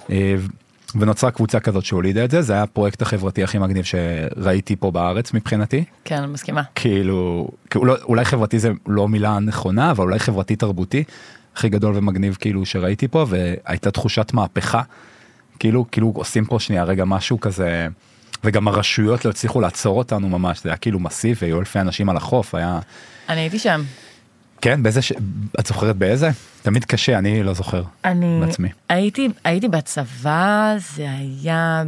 ונוצרה קבוצה כזאת שהולידה את זה, זה היה הפרויקט החברתי הכי מגניב שראיתי פה בארץ מבחינתי. כן, מסכימה. כאילו, אולי חברתי זה לא מילה נכונה, אבל אולי חברתי תרבותי, הכי גדול ומגניב כאילו שראיתי פה, והייתה תחושת מהפכה, כאילו עושים פה שנייה רגע משהו כזה, וגם הרשויות לא הצליחו לעצור אותנו ממש, זה היה כאילו מסיב, והיו אלפי אנשים על החוף, היה... אני הייתי שם. כן, באיזה, את זוכרת באיזה? תמיד קשה, אני לא זוכר בעצמי. הייתי בצבא, זה היה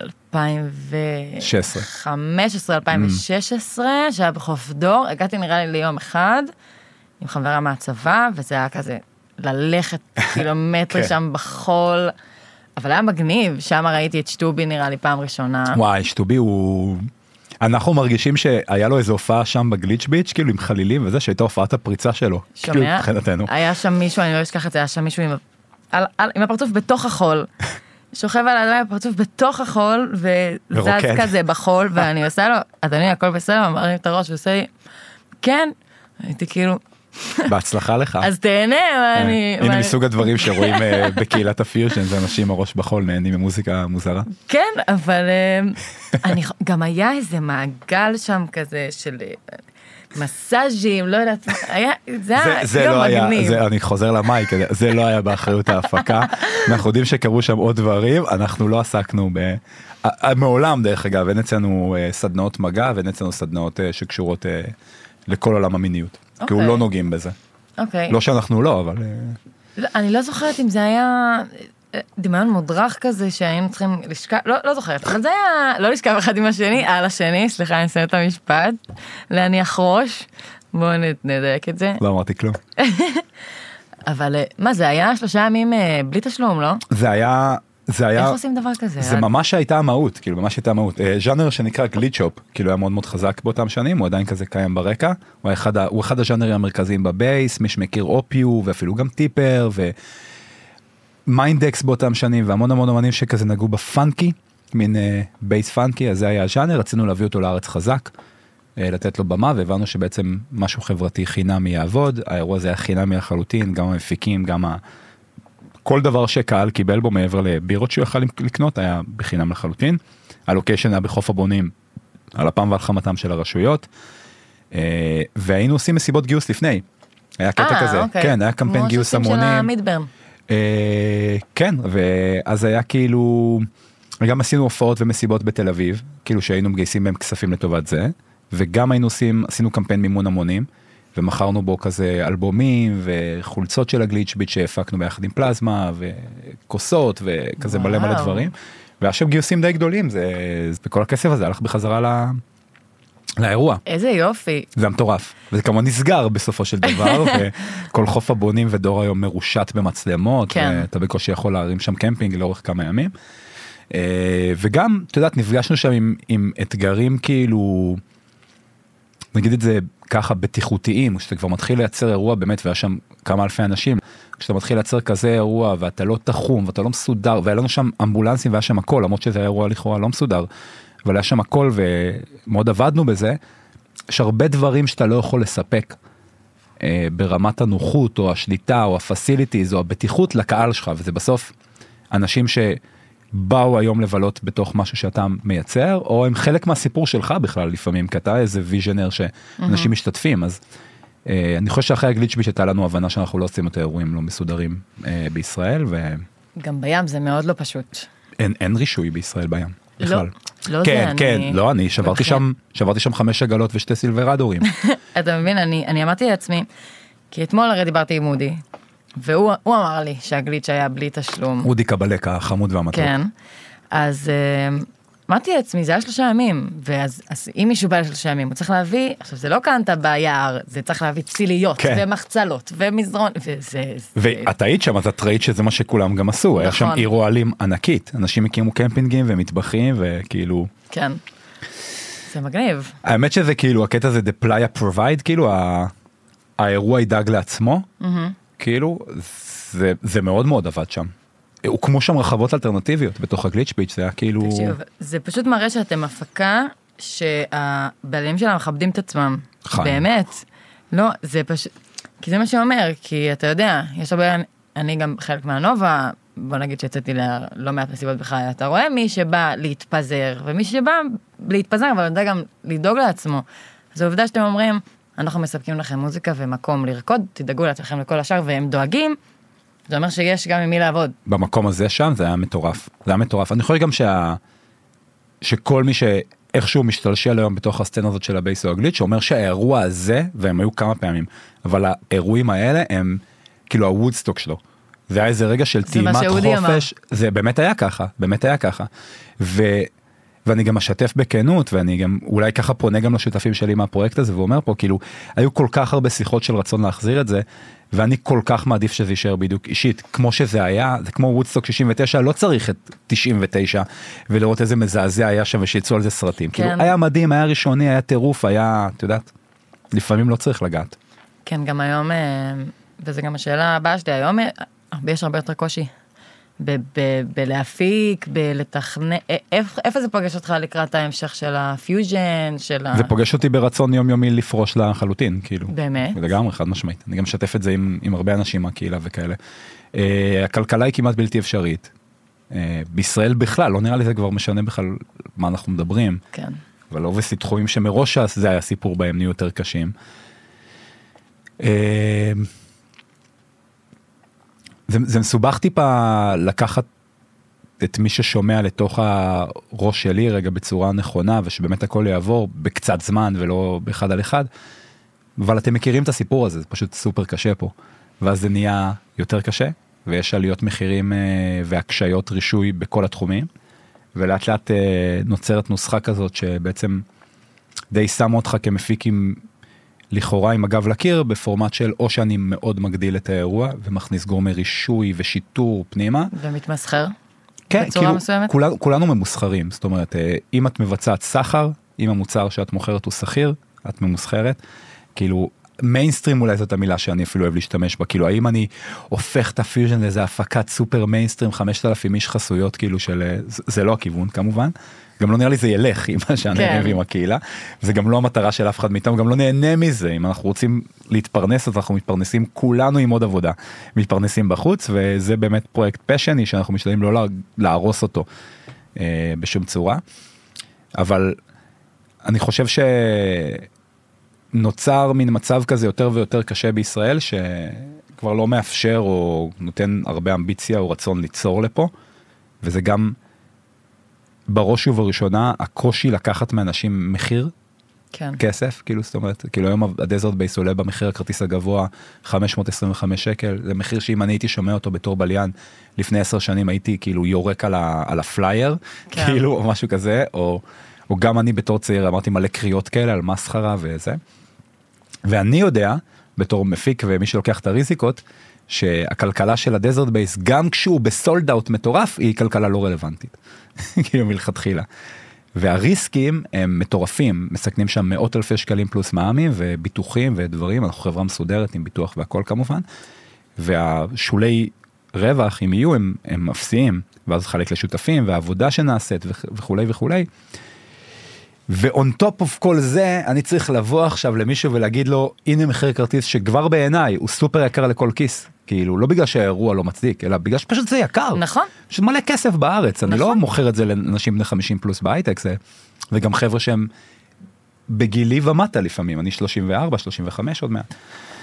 ב-2015, 2016, שהיה בחוף דור, הגעתי נראה לי ליום אחד, עם חברה מהצבא, וזה היה כזה ללכת קילומטרי שם בחול, אבל היה מגניב, שם ראיתי את שטובי נראה לי פעם ראשונה. וואי, שטובי הוא... אנחנו מרגישים שהיה לו איזו הופעה שם בגליץ' ביץ', כאילו עם חלילים וזה, שהייתה הופעת הפריצה שלו. שומע? היה שם מישהו, אני לא אשכח את זה, היה שם מישהו עם הפרצוף בתוך החול. שוכב על האדמה עם הפרצוף בתוך החול, וזז כזה בחול, ואני עושה לו, אדוני, הכל בסדר, אמר לי את הראש, ועושה לי, כן, הייתי כאילו, בהצלחה לך. אז תהנה, הנה מסוג הדברים שרואים בקהילת הפיוז'ן, זה אנשים הראש בחול נהנים ממוזיקה מוזרה. כן, אבל גם היה איזה מעגל שם כזה של מסאז'ים, לא יודעת, זה יום מגניב. אני חוזר למייק, זה לא היה באחריות ההפקה, אנחנו יודעים שקרו שם עוד דברים, אנחנו לא עסקנו מעולם דרך אגב, אין אצלנו סדנאות מגע, ואין אצלנו סדנאות שקשורות לכל עולם המיניות, כי הוא לא נוגעים בזה. לא שאנחנו לא, אבל... אני לא זוכרת אם זה היה דמיון מודרך כזה שהיינו צריכים לשכב, לא זוכרת, אבל זה היה לא לשכב אחד עם השני, על השני, סליחה, אני אסיים את המשפט, להניח ראש, בואו נדייק את זה. לא אמרתי כלום. אבל מה, זה היה 3 ימים בלי תשלום, לא? זה היה... איך עושים דבר כזה? זה ממש הייתה המהות, כאילו ממש הייתה המהות. ז'אנר שנקרא גליצ'ופ, כאילו היה מאוד מאוד חזק באותם שנים, הוא עדיין כזה קיים ברקע, הוא אחד הז'אנרים המרכזיים בבייס, מי שמכיר אופיו, ואפילו גם טיפר, ומיינדקס באותם שנים, והמון המון אמנים שכזה נגעו בפאנקי, מין בייס פאנקי, אז זה היה הז'אנר, רצינו להביא אותו לארץ חזק, לתת לו במה, והבנו שבעצם משהו חברתי חינמי יעבוד, האירוע הזה היה חינמי לחלוטין, גם המפיקים, גם כל דבר שקהל קיבל בו מעבר לבירות שהוא יכל לקנות היה בחינם לחלוטין. הלוקיישן היה בחוף הבונים, על אפם ועל חמתם של הרשויות, והיינו עושים מסיבות גיוס לפני. היה קטע כזה, כן, היה קמפיין גיוס המונים. כמו שעושים של המידברן. כן, ואז היה כאילו, גם עשינו הופעות ומסיבות בתל אביב, כאילו שהיינו מגייסים בהם כספים לטובת זה, וגם עשינו קמפיין מימון המונים, ומכרנו בו כזה אלבומים וחולצות של הגליץ' ביט שהפקנו ביחד עם פלזמה וכוסות וכזה מלא מלא דברים. והיה שם גיוסים די גדולים, וכל הכסף הזה הלך בחזרה לאירוע. איזה יופי. זה מטורף. וזה כמובן נסגר בסופו של דבר, וכל חוף הבונים ודור היום מרושת במצלמות, ואתה בקושי יכול להרים שם קמפינג לאורך כמה ימים. וגם, אתה יודעת, נפגשנו שם עם אתגרים כאילו, נגיד את זה ככה בטיחותיים, כשאתה כבר מתחיל לייצר אירוע באמת, והיה שם כמה אלפי אנשים, כשאתה מתחיל לייצר כזה אירוע, ואתה לא תחום, ואתה לא מסודר, והיה לנו שם אמבולנסים, והיה שם הכל, למרות שזה אירוע לכאורה לא מסודר, אבל היה שם הכל, ומאוד עבדנו בזה, יש הרבה דברים שאתה לא יכול לספק, ברמת הנוחות, או השליטה, או הפסיליטיז, או הבטיחות לקהל שלך, וזה בסוף אנשים שבאו היום לבלות בתוך משהו שאתה מייצר, או הם חלק מהסיפור שלך בכלל לפעמים, כי אתה איזה ויז'נר שאנשים משתתפים, אז אני חושב שאחרי הגליץ' ביט הייתה לנו הבנה שאנחנו לא עושים את האירועים לא מסודרים בישראל, גם בים זה מאוד לא פשוט. אין רישוי בישראל בים, בכלל. לא כן, זה, כן, לא, אני שברתי שם 5 עגלות ו2 סילברדורים. אתה מבין, אני אמרתי לעצמי, כי אתמול הרי דיברתי עם אודי, והוא אמר לי שהגליץ' היה בלי תשלום. אודי קבלק, החמוד והמתוק. כן, אז אמרתי לעצמי, זה היה 3 ימים, ואז אם מישהו בא ל3 ימים, הוא צריך להביא, עכשיו זה לא קנתה ביער, זה צריך להביא ציליות, ומחצלות, ומזרון, ואת היית שם, אז את ראית שזה מה שכולם גם עשו, היה שם עיר אוהלים ענקית, אנשים הקימו קמפינגים ומטבחים, וכאילו... כן, זה מגניב. האמת שזה כאילו, הקטע זה the playa provide, כאילו, האירוע ידאג לעצמו, כאילו, זה מאוד מאוד עבד שם. הוקמו שם רחבות אלטרנטיביות בתוך הגליץ' ביט, זה היה כאילו... תקשיב, זה פשוט מראה שאתם הפקה שהבעלים שלה מכבדים את עצמם. באמת. לא, זה פשוט... כי זה מה שאומר, כי אתה יודע, יש הרבה... אני גם חלק מהנובה, בוא נגיד שיצאתי לא מעט מסיבות בחיי, אתה רואה מי שבא להתפזר, ומי שבא להתפזר, אבל יודע גם לדאוג לעצמו. זו עובדה שאתם אומרים, אנחנו מספקים לכם מוזיקה ומקום לרקוד, תדאגו לעצמכם לכל השאר, והם דואגים, זה אומר שיש גם עם מי לעבוד. במקום הזה שם זה היה מטורף. זה היה מטורף. אני חושב גם שכל מי שאיכשהו משתלשל היום בתוך הסצנה הזאת של הבייס או הגליץ' שאומר שהאירוע הזה, והם היו כמה פעמים, אבל האירועים האלה הם כאילו הוודסטוק שלו. זה היה איזה רגע של טעימת חופש. זה באמת היה ככה, באמת היה ככה. ואני גם משתף בכנות, ואני גם אולי ככה פונה גם לשותפים שלי מהפרויקט הזה, ואומר פה, כאילו, היו כל כך הרבה שיחות של רצון להחזיר את זה, ואני כל כך מעדיף שזה יישאר בדיוק אישית, כמו שזה היה, זה כמו וודסטוק 69, לא צריך את 99, ולראות איזה מזעזע היה שם, ושיצאו על זה סרטים. כן. כאילו, היה מדהים, היה ראשוני, היה טירוף, היה, את יודעת, לפעמים לא צריך לגעת. כן, גם היום, וזה גם השאלה הבאה שלי, היום יש הרבה יותר קושי. בלהפיק, בלתכנן, איפה זה פוגש אותך לקראת ההמשך של הפיוז'ן, של זה פוגש אותי ברצון יומיומי לפרוש לחלוטין, כאילו. באמת? לגמרי, חד משמעית. אני גם משתף את זה עם הרבה אנשים מהקהילה וכאלה. הכלכלה היא כמעט בלתי אפשרית. בישראל בכלל, לא נראה לי זה כבר משנה בכלל מה אנחנו מדברים. כן. אבל אובייסלי תחומים שמראש זה היה סיפור בהם נהיו יותר קשים. זה מסובך טיפה לקחת את מי ששומע לתוך הראש שלי רגע בצורה נכונה, ושבאמת הכל יעבור בקצת זמן ולא באחד על אחד, אבל אתם מכירים את הסיפור הזה, זה פשוט סופר קשה פה, ואז זה נהיה יותר קשה, ויש עליות מחירים והקשיות רישוי בכל התחומים, ולאט לאט נוצרת נוסחה כזאת שבעצם די שמו אותך כמפיק עם לכאורה עם הגב לקיר בפורמט של או שאני מאוד מגדיל את האירוע ומכניס גורמי רישוי ושיטור פנימה. ומתמסחר? כן, בצורה מסוימת? כולנו ממוסחרים, זאת אומרת, אם את מבצעת סחר, אם המוצר שאת מוכרת הוא סחיר, את ממוסחרת, כאילו, מיינסטרים אולי זאת המילה שאני אפילו אוהב להשתמש בה, כאילו, האם אני הופך את הפיוז'ן לאיזה הפקת סופר מיינסטרים, 5,000 איש חסויות, כאילו, זה לא הכיוון כמובן, גם לא נראה לי זה ילך עם מה שאני אוהב עם הקהילה, זה גם לא המטרה של אף אחד מאיתנו, גם לא נהנה מזה, אם אנחנו רוצים להתפרנס, אז אנחנו מתפרנסים כולנו עם עוד עבודה, מתפרנסים בחוץ, וזה באמת פרויקט פשני, שאנחנו משתדלים לא להרוס אותו בשום צורה, אבל אני חושב שנוצר מין מצב כזה יותר ויותר קשה בישראל, שכבר לא מאפשר או נותן הרבה אמביציה או רצון ליצור לפה, וזה גם בראש ובראשונה, הקושי לקחת מאנשים מחיר, כן. כסף, כאילו, זאת אומרת, כאילו היום הדזרט בייס עולה במחיר הכרטיס הגבוה 525 שקל, זה מחיר שאם אני הייתי שומע אותו בתור בליין, לפני 10 שנים הייתי כאילו יורק על הפלייר, כן. כאילו, או משהו כזה, או גם אני בתור צעיר אמרתי מלא קריאות כאלה על מסחרה וזה, ואני יודע, בתור מפיק ומי שלוקח את הריזיקות, שהכלכלה של הדזרט בייס, גם כשהוא בסולד אאוט מטורף, היא כלכלה לא רלוונטית. כאילו מלכתחילה. והריסקים הם מטורפים, מסכנים שם 100,000 שקלים פלוס מע"מים וביטוחים ודברים, אנחנו חברה מסודרת עם ביטוח והכל כמובן, והשולי רווח, אם יהיו, הם אפסיים, ואז חלק לשותפים, והעבודה שנעשית וכולי וכולי. ו-on top of כל זה, אני צריך לבוא עכשיו למישהו ולהגיד לו, הנה מחיר כרטיס שכבר בעיניי הוא סופר יקר לכל כיס, כאילו, לא בגלל שהאירוע לא מצדיק, אלא בגלל שפשוט זה יקר. נכון. פשוט מלא כסף בארץ, נכון. אני לא מוכר את זה לאנשים בני 50 פלוס בהייטק, וגם חבר'ה שהם בגילי ומטה לפעמים, אני 34, 35 עוד מעט.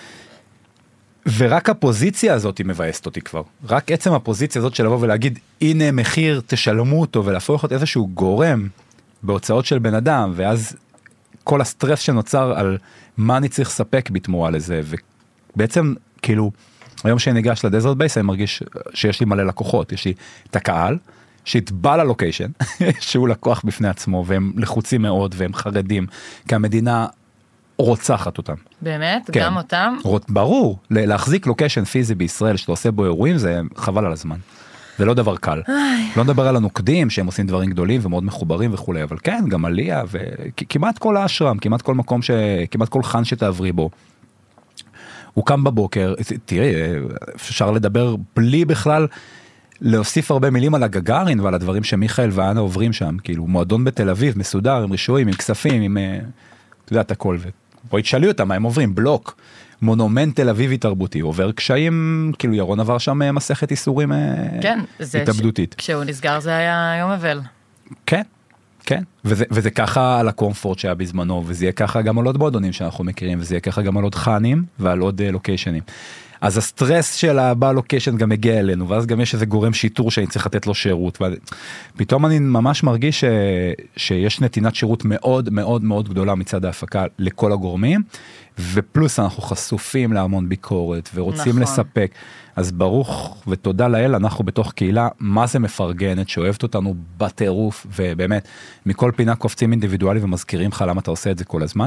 ורק הפוזיציה הזאת היא מבאסת אותי כבר. רק עצם הפוזיציה הזאת של לבוא ולהגיד, הנה מחיר, תשלמו אותו, ולהפוך את איזשהו גורם בהוצאות של בן אדם, ואז כל הסטרס שנוצר על מה אני צריך לספק בתמורה לזה, ובעצם, כאילו, היום שאני ניגש לדזרט בייס, אני מרגיש שיש לי מלא לקוחות, יש לי את הקהל, שהתבא ללוקיישן, שהוא לקוח בפני עצמו, והם לחוצים מאוד, והם חרדים, כי המדינה רוצחת אותם. באמת? כן. גם אותם? ברור, להחזיק לוקיישן פיזי בישראל, שאתה עושה בו אירועים, זה חבל על הזמן. זה לא דבר קל. לא נדבר על הנוקדים, שהם עושים דברים גדולים ומאוד מחוברים וכולי, אבל כן, גם עליה, וכמעט כל האשרם, כמעט כל מקום, כמעט כל חן שתעברי בו, הוא קם בבוקר, תראי, אפשר לדבר בלי בכלל להוסיף הרבה מילים על הגגארין ועל הדברים שמיכאל ואנה עוברים שם, כאילו מועדון בתל אביב, מסודר, עם רישויים, עם כספים, עם, אתה יודע, את הכל, ובואי תשאלי אותם מה הם עוברים, בלוק, מונומנט תל אביבי תרבותי, עובר קשיים, כאילו ירון עבר שם מסכת איסורים כן, התאבדותית. כשהוא נסגר זה היה יום אבל. כן. כן, וזה ככה על הקומפורט שהיה בזמנו, וזה יהיה ככה גם על עוד מועדונים שאנחנו מכירים, וזה יהיה ככה גם על עוד חנים ועל עוד לוקיישנים. אז הסטרס של הבעל לוקיישן גם מגיע אלינו, ואז גם יש איזה גורם שיטור שאני צריך לתת לו שירות, ופתאום אני ממש מרגיש שיש נתינת שירות מאוד מאוד מאוד גדולה מצד ההפקה לכל הגורמים, ופלוס אנחנו חשופים להמון ביקורת, ורוצים נכון. לספק, אז ברוך ותודה לאל, אנחנו בתוך קהילה, מה זה מפרגנת, שאוהבת אותנו בטירוף, ובאמת, מכל פינה קופצים אינדיבידואלי, ומזכירים לך למה אתה עושה את זה כל הזמן,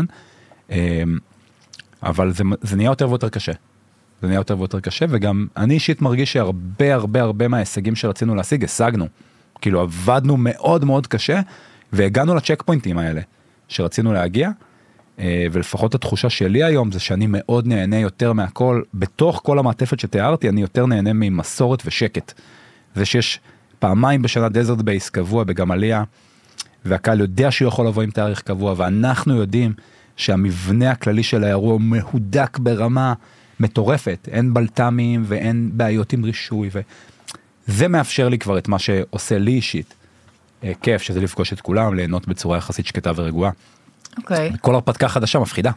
אבל זה נהיה יותר ויותר קשה. זה נהיה יותר ויותר קשה, וגם אני אישית מרגיש שהרבה הרבה הרבה מההישגים שרצינו להשיג, השגנו. כאילו עבדנו מאוד מאוד קשה, והגענו לצ'ק פוינטים האלה, שרצינו להגיע, ולפחות התחושה שלי היום, זה שאני מאוד נהנה יותר מהכל, בתוך כל המעטפת שתיארתי, אני יותר נהנה ממסורת ושקט. זה שיש פעמיים בשנה דזרט בייס קבוע בגמליה, והקהל יודע שהוא יכול לבוא עם תאריך קבוע, ואנחנו יודעים שהמבנה הכללי של האירוע הוא מהודק ברמה מטורפת, אין בלטמים ואין בעיות עם רישוי, וזה מאפשר לי כבר את מה שעושה לי אישית, כיף, שזה לפגוש את כולם, ליהנות בצורה יחסית שקטה ורגועה. אוקיי. כל הרפתקה חדשה מפחידה.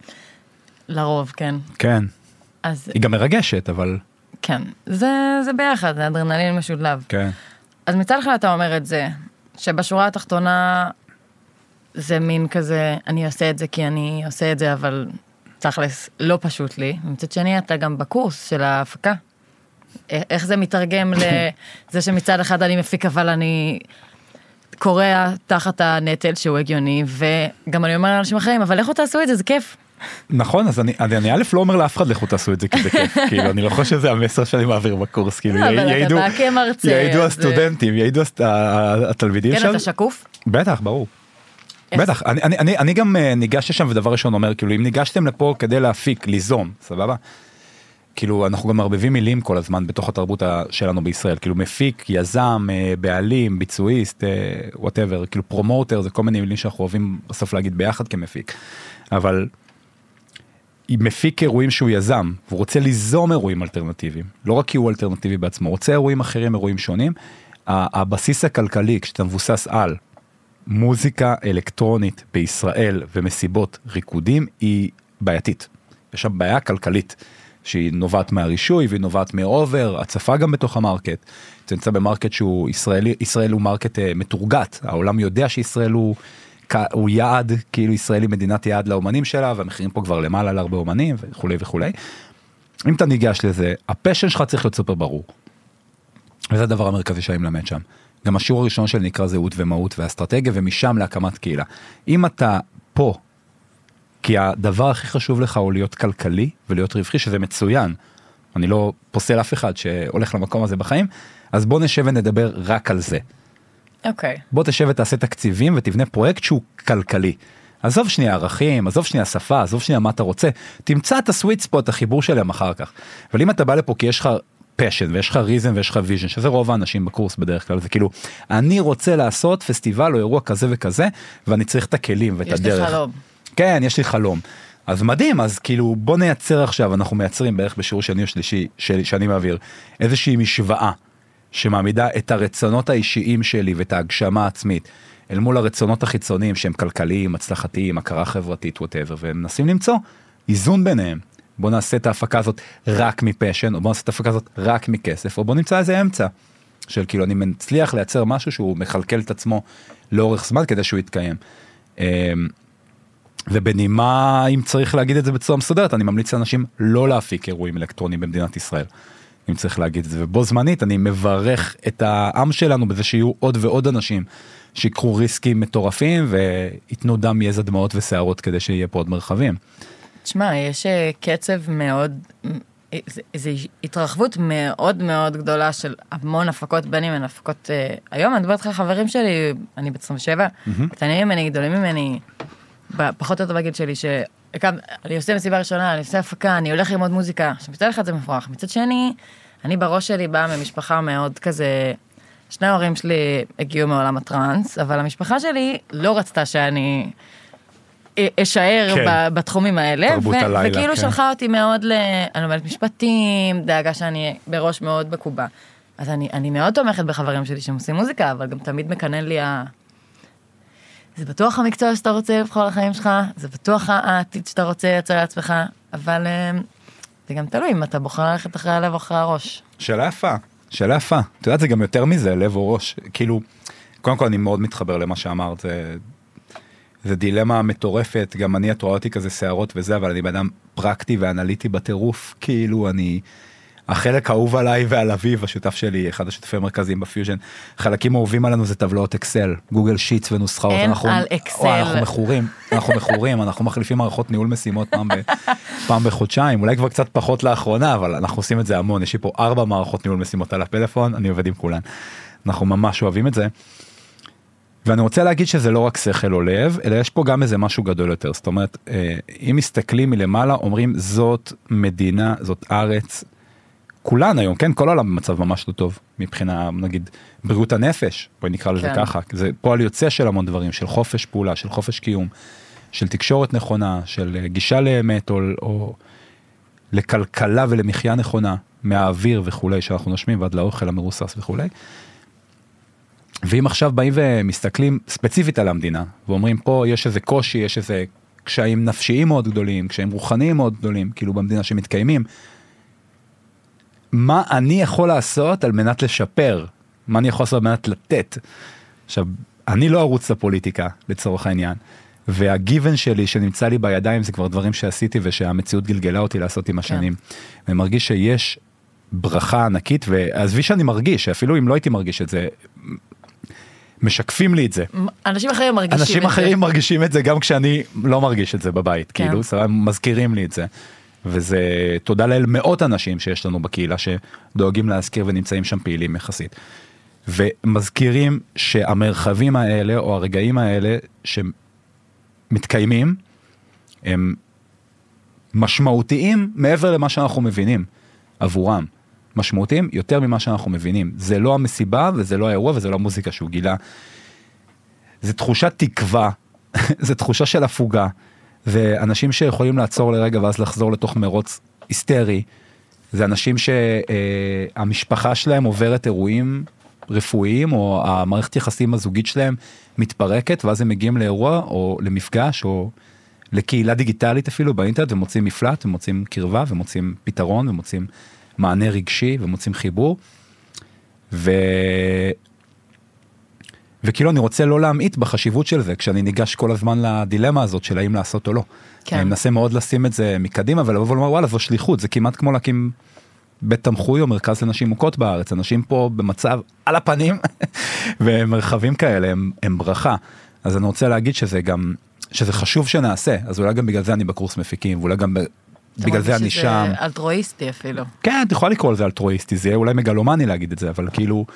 לרוב, כן. כן. אז היא גם מרגשת, אבל... כן, זה ביחד, זה אדרנלין משולב. כן. אז מצד אחד אתה אומר את זה, שבשורה התחתונה זה מין כזה, אני עושה את זה כי אני עושה את זה, אבל תכלס לא פשוט לי. מצד שני, אתה גם בקורס של ההפקה. איך זה מתרגם לזה שמצד אחד אני מפיק, אבל אני קורא תחת הנטל שהוא הגיוני, וגם אני אומר לאנשים אחרים, אבל איך תעשו את זה, זה כיף. נכון, אז אני א' לא אומר לאף אחד לכו תעשו את זה כי זה כיף, כאילו אני לא חושב שזה המסר שאני מעביר בקורס, כאילו יעידו הסטודנטים, יעידו התלמידים שם. כן, אתה שקוף? בטח, ברור. בטח, אני גם ניגשתי שם ודבר ראשון אומר, כאילו אם ניגשתם לפה כדי להפיק, ליזום, סבבה? כאילו אנחנו גם מערבבים מילים כל הזמן בתוך התרבות שלנו בישראל, כאילו מפיק, יזם, בעלים, ביצועיסט, whatever, כאילו פרומוטר, זה כל מיני מילים שאנחנו אוהבים בסוף להגיד ביחד כמפיק, אבל מפיק אירועים שהוא יזם, והוא רוצה ליזום אירועים אלטרנטיביים, לא רק כי הוא אלטרנטיבי בעצמו, רוצה אירועים אחרים, אירועים שונים, הבסיס הכלכלי, כשאתה מבוסס על מוזיקה אלקטרונית בישראל ומסיבות ריקודים, היא בעייתית. יש שם בעיה כלכלית, שהיא נובעת מהרישוי, והיא נובעת מאובר, הצפה גם בתוך המרקט. זה נמצא במרקט שהוא ישראלי, ישראל הוא מרקט מתורגת, העולם יודע שישראל הוא יעד, כאילו ישראלי מדינת יעד לאומנים שלה, והמחירים פה כבר למעלה להרבה אומנים, וכו' וכו'. אם אתה ניגש לזה, הפשן שלך צריך להיות סופר ברור. וזה הדבר המרכזי שאני מלמד שם. גם השיעור הראשון שלי נקרא זהות ומהות ואסטרטגיה, ומשם להקמת קהילה. אם אתה פה, כי הדבר הכי חשוב לך הוא להיות כלכלי ולהיות רווחי, שזה מצוין. אני לא פוסל אף אחד שהולך למקום הזה בחיים, אז בוא נשב ונדבר רק על זה. אוקיי. בוא תשב ותעשה תקציבים ותבנה פרויקט שהוא כלכלי. עזוב שנייה ערכים, עזוב שנייה שפה, עזוב שנייה מה אתה רוצה, תמצא את הסוויט ספוט, החיבור שלהם אחר כך. אבל אם אתה בא לפה כי יש לך פשן ויש לך ריזם ויש לך ויז'ן, שזה רוב האנשים בקורס בדרך כלל, זה כאילו, אני רוצה לעשות פסטיבל או אירוע כזה וכזה, ואני צריך את הכלים ואת הדרך. יש לי חלום. כן, יש לי חלום. אז מדהים, אז כאילו בוא נייצר עכשיו, אנחנו מייצרים בערך בשיעור שני או שלישי שאני מעביר, איזושהי משוואה שמעמידה את הרצונות האישיים שלי ואת ההגשמה העצמית, אל מול הרצונות החיצוניים שהם כלכליים, הצלחתיים, הכרה חברתית, whatever, והם מנסים למצוא איזון ביניהם. בוא נעשה את ההפקה הזאת רק מפשן, או בוא נעשה את ההפקה הזאת רק מכסף, או בוא נמצא איזה אמצע, של כאילו אני מצליח לייצר משהו שהוא מחלקל את עצמו לאורך זמן כדי שהוא יתקיים. ובנימה, אם צריך להגיד את זה בצורה מסודרת, אני ממליץ לאנשים לא להפיק אירועים אלקטרוניים במדינת ישראל. אם צריך להגיד את זה, ובו זמנית אני מברך את העם שלנו בזה שיהיו עוד ועוד אנשים שיקחו ריסקים מטורפים ויתנו דם, יזע, דמעות ושערות כדי שיהיה פה עוד מרחבים. תשמע, יש קצב מאוד, איזו התרחבות מאוד מאוד גדולה של המון הפקות, בין אם הן הפקות, היום אני מדברת לך חברים שלי, אני ב-27, קטנים ממני, גדולים ממני, פחות או יותר בגיל שלי, אני עושה מסיבה ראשונה, אני עושה הפקה, אני הולך ללמוד מוזיקה, שמצד אחד זה מפרח, מצד שני, אני בראש שלי באה ממשפחה מאוד כזה, שני ההורים שלי הגיעו מעולם הטרנס, אבל המשפחה שלי לא רצתה שאני אשאר בתחומים האלה, וכאילו שלחה אותי מאוד אני לומדת משפטים, דאגה שאני בראש מאוד בקובה. אז אני מאוד תומכת בחברים שלי שהם עושים מוזיקה, אבל גם תמיד מקנן לי זה בטוח המקצוע שאתה רוצה לבחור לחיים שלך, זה בטוח העתיד שאתה רוצה לייצר לעצמך, אבל זה גם תלוי אם אתה בוחר ללכת אחרי הלב או אחרי הראש. שאלה יפה, שאלה יפה. אתה יודעת, זה גם יותר מזה, לב או ראש. כאילו, קודם כל אני מאוד מתחבר למה שאמרת, זה דילמה מטורפת, גם אני את רואה אותי כזה שערות וזה, אבל אני באדם פרקטי ואנליטי בטירוף, כאילו אני, החלק האהוב עליי ועל אביב, השותף שלי, אחד השותפים המרכזיים בפיוז'ן, חלקים אהובים עלינו זה טבלאות אקסל, גוגל שיטס ונוסחאות. אין על אקסל. אנחנו מכורים, אנחנו מחליפים מערכות ניהול משימות פעם בחודשיים, אולי כבר קצת פחות לאחרונה, אבל אנחנו עושים את זה המון, יש לי פה 4 מערכות ניהול משימות על הפלאפון, אני עובד עם כולן, אנחנו ממש אוהבים את זה. ואני רוצה להגיד שזה לא רק שכל או לב, אלא יש פה גם איזה משהו גדול יותר. זאת אומרת, אם מסתכלים מלמעלה, אומרים, זאת מדינה, זאת ארץ, כולן היום, כן, כל העולם במצב ממש לא טוב, מבחינה, נגיד, בריאות הנפש, בואי נקרא לזה ככה, זה פועל יוצא של המון דברים, של חופש פעולה, של חופש קיום, של תקשורת נכונה, של גישה לאמת, או לכלכלה ולמחיה נכונה, מהאוויר וכולי, שאנחנו נושמים, ועד לאוכל המרוסס וכולי. ואם עכשיו באים ומסתכלים ספציפית על המדינה, ואומרים פה יש איזה קושי, יש איזה קשיים נפשיים מאוד גדולים, קשיים רוחניים מאוד גדולים, כאילו במדינה שמתקיימים, מה אני יכול לעשות על מנת לשפר? מה אני יכול לעשות על מנת לתת? עכשיו, אני לא ארוץ לפוליטיקה, לצורך העניין, והגיוון שלי שנמצא לי בידיים, זה כבר דברים שעשיתי, ושהמציאות גלגלה אותי לעשות עם השנים. ומרגיש שיש ברכה ענקית, ועזבי שאני מרגיש, שאפילו אם לא הייתי מרגיש את זה, משקפים לי את זה. אנשים אחרים מרגישים את זה. אנשים אחרים מרגישים את זה, גם כשאני לא מרגיש את זה בבית, כאילו, מזכירים לי את זה. וזה תודה לאל מאות אנשים שיש לנו בקהילה שדואגים להזכיר ונמצאים שם פעילים יחסית. ומזכירים שהמרחבים האלה או הרגעים האלה שמתקיימים הם משמעותיים מעבר למה שאנחנו מבינים עבורם. משמעותיים יותר ממה שאנחנו מבינים. זה לא המסיבה וזה לא האירוע וזה לא המוזיקה שהוא גילה. זה תחושת תקווה, זה תחושה של הפוגה. ואנשים שיכולים לעצור לרגע ואז לחזור לתוך מרוץ היסטרי, זה אנשים שהמשפחה שלהם עוברת אירועים רפואיים, או המערכת יחסים הזוגית שלהם מתפרקת, ואז הם מגיעים לאירוע, או למפגש, או לקהילה דיגיטלית אפילו באינטרנט, ומוצאים מפלט, ומוצאים קרבה, ומוצאים פתרון, ומוצאים מענה רגשי, ומוצאים חיבור. וכאילו אני רוצה לא להמעיט בחשיבות של זה, כשאני ניגש כל הזמן לדילמה הזאת של האם לעשות או לא. כן. אני מנסה מאוד לשים את זה מקדימה, ולבוא ולומר, וואלה, זו שליחות, זה כמעט כמו להקים בית תמחוי או מרכז לנשים מוכות בארץ, אנשים פה במצב על הפנים, ומרחבים כאלה הם ברכה. אז אני רוצה להגיד שזה חשוב שנעשה, אז אולי גם בגלל זה אני בקורס מפיקים, ואולי גם בגלל זה אני שם. שזה אלטרואיסטי אפילו. כן, את יכולה לקרוא לזה אלטרואיסטי, זה אולי מגלומני להגיד את זה, אבל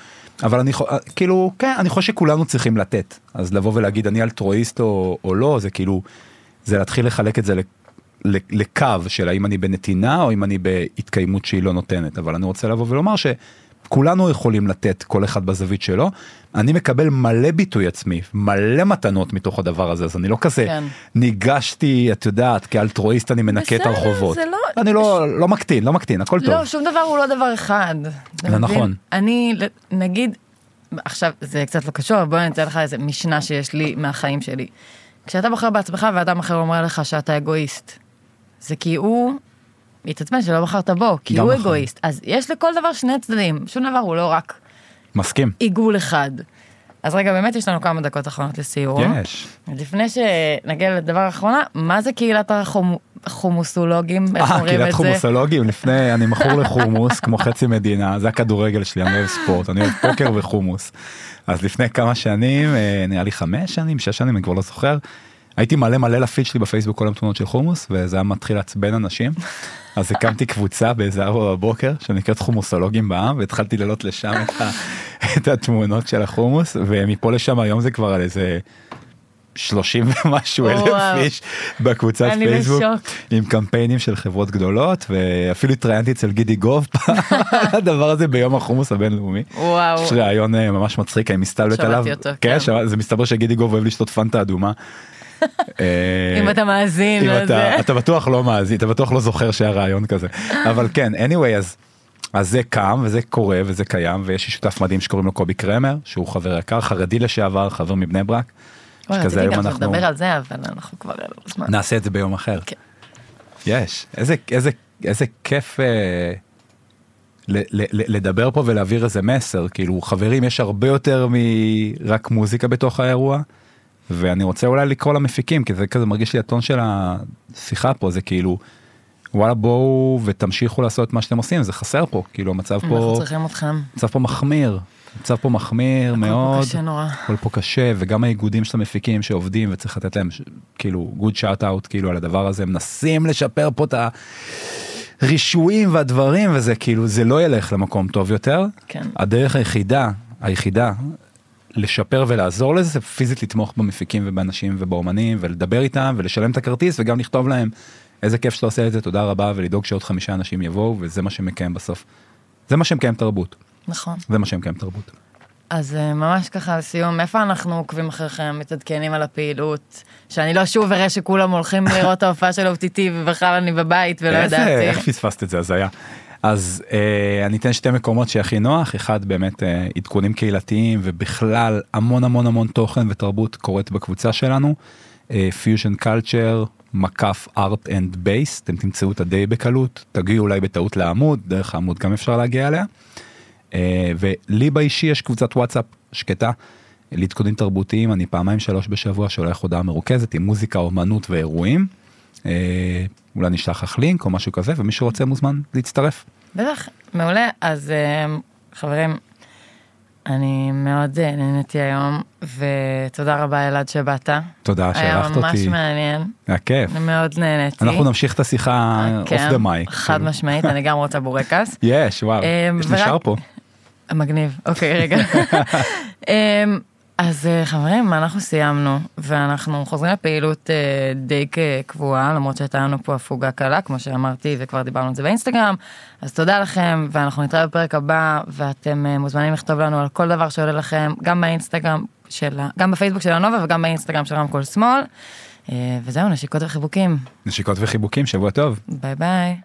אני חושב שכולנו צריכים לתת, אז לבוא ולהגיד אני אלטרואיסט או לא, זה כאילו, זה להתחיל לחלק את זה לקו של האם אני בנתינה או אם אני בהתקיימות שהיא לא נותנת, אבל אני רוצה לבוא ולומר שכולנו יכולים לתת כל אחד בזווית שלו, אני מקבל מלא ביטוי עצמי, מלא מתנות מתוך הדבר הזה, אז אני לא כזה ניגשתי, את יודעת, כאלטרואיסט אני מנקה את הרחובות. אני לא מקטין, הכל טוב. לא, שום דבר הוא לא דבר אחד. זה נכון. אני, נגיד, עכשיו, זה קצת לא קשור, בואי נצא לך איזה משנה שיש לי מהחיים שלי. כשאתה בוחר בעצמך ואדם אחר אומר לך שאתה אגואיסט, זה כי הוא התעצבן שלא בחרת בו, כי הוא אגואיסט. אז יש לכל דבר שני צדדים, שום דבר הוא לא רק מסכים. עיגול אחד. אז רגע, באמת יש לנו כמה דקות אחרונות לסיור. יש. לפני שנגיע לדבר האחרונה, מה זה קהילת החומוסולוגים? קהילת חומוסולוגים, לפני, אני מכור לחומוס, כמו חצי מדינה, זה הכדורגל שלי, אני אוהב ספורט, אני אוהב פוקר וחומוס. אז לפני כמה שנים, נראה לי 5 שנים, 6 שנים, אני כבר לא זוכר, הייתי מלא לפיד שלי בפייסבוק כל התמונות של חומוס, וזה היה מתחיל לעצבן אנשים, אז הקמתי קבוצה באיזה 4 בבוקר, שנקראת חומוסולוגים בעם, והתחלתי לעלות לשם את התמונות של החומוס, ומפה לשם היום זה כבר על איזה 30 ומשהו אלף איש בקבוצת פייסבוק, עם קמפיינים של חברות גדולות, ואפילו התראיינתי אצל גידי גוב, הדבר הזה ביום החומוס הבינלאומי. וואו. יש רעיון ממש מצחיק, אני מסתלבט עליו. שמעתי אותו, כן. זה מסתבר שגידי גוב אוהב לשתות פנטה אדומה. אם אתה מאזין. אתה בטוח לא מאזין, אתה בטוח לא זוכר שהיה רעיון כזה. אבל כן, anyway, אז זה קם וזה קורה וזה קיים, ויש שותף מדהים שקוראים לו קובי קרמר, שהוא חבר יקר, חרדי לשעבר, חבר מבני ברק. רציתי גם לדבר על זה, אבל אנחנו כבר לא בזמן. נעשה את זה ביום אחר. יש, איזה כיף לדבר פה ולהעביר איזה מסר, כאילו חברים, יש הרבה יותר מרק מוזיקה בתוך האירוע, ואני רוצה אולי לקרוא למפיקים, כי זה כזה מרגיש לי הטון של השיחה פה, זה כאילו, וואלה בואו ותמשיכו לעשות מה שאתם עושים, זה חסר פה, כאילו המצב פה, אנחנו צריכים אתכם. המצב פה מחמיר. מצב פה מחמיר מאוד, הכל פה קשה נורא. הכל פה קשה, וגם האיגודים של המפיקים שעובדים, וצריך לתת להם כאילו good shout out כאילו על הדבר הזה, מנסים לשפר פה את הרישויים והדברים, וזה כאילו, זה לא ילך למקום טוב יותר. כן. הדרך היחידה, לשפר ולעזור לזה, זה פיזית לתמוך במפיקים ובאנשים ובאומנים, ולדבר איתם, ולשלם את הכרטיס, וגם לכתוב להם, איזה כיף שאתה עושה את זה, תודה רבה, ולדאוג שעוד 5 אנשים יבואו, וזה מה שמקיים בסוף זה מה שמקיים תרבות. נכון. זה מה שמקיים תרבות. אז ממש ככה לסיום, איפה אנחנו עוקבים אחריכם, מתעדכנים על הפעילות, שאני לא שוב אראה שכולם הולכים לראות את ההופעה של OTT, ובכלל אני בבית ולא ידעתי. איך פספסת את זה, אז היה. אז אני אתן שתי מקומות שהכי נוח, אחד באמת עדכונים קהילתיים, ובכלל המון המון המון תוכן ותרבות קורית בקבוצה שלנו, Fusion Culture, מקף Art and Base, אתם תמצאו אותה די בקלות, תגיעו אולי בטעות לעמוד, דרך העמוד גם אפשר להגיע אליה, ולי באישי יש קבוצת וואטסאפ שקטה, לעדכונים תרבותיים, אני 2-3 בשבוע שולח הודעה מרוכזת עם מוזיקה, אומנות ואירועים, אולי נשלח לך לינק או משהו כזה, ומי שרוצה מוזמן להצטרף. בטח, מעולה. אז חברים, אני מאוד נהניתי היום, ותודה רבה אלעד שבאת. תודה שערכת אותי. היה ממש מעניין. היה כיף. אני מאוד נהניתי. אנחנו נמשיך את השיחה אוף דה מייק. חד משמעית, אני גם רוצה בורקס. יש, וואו, יש נשאר פה. מגניב, אוקיי, רגע. אז חברים, אנחנו סיימנו, ואנחנו חוזרים לפעילות די קבועה, למרות שהייתה לנו פה הפוגה קלה, כמו שאמרתי, וכבר דיברנו על זה באינסטגרם, אז תודה לכם, ואנחנו נתראה בפרק הבא, ואתם מוזמנים לכתוב לנו על כל דבר שעולה לכם, גם באינסטגרם גם בפייסבוק של הנובה, וגם באינסטגרם של רמקול שמאל, וזהו, נשיקות וחיבוקים. נשיקות וחיבוקים, שבוע טוב. ביי ביי.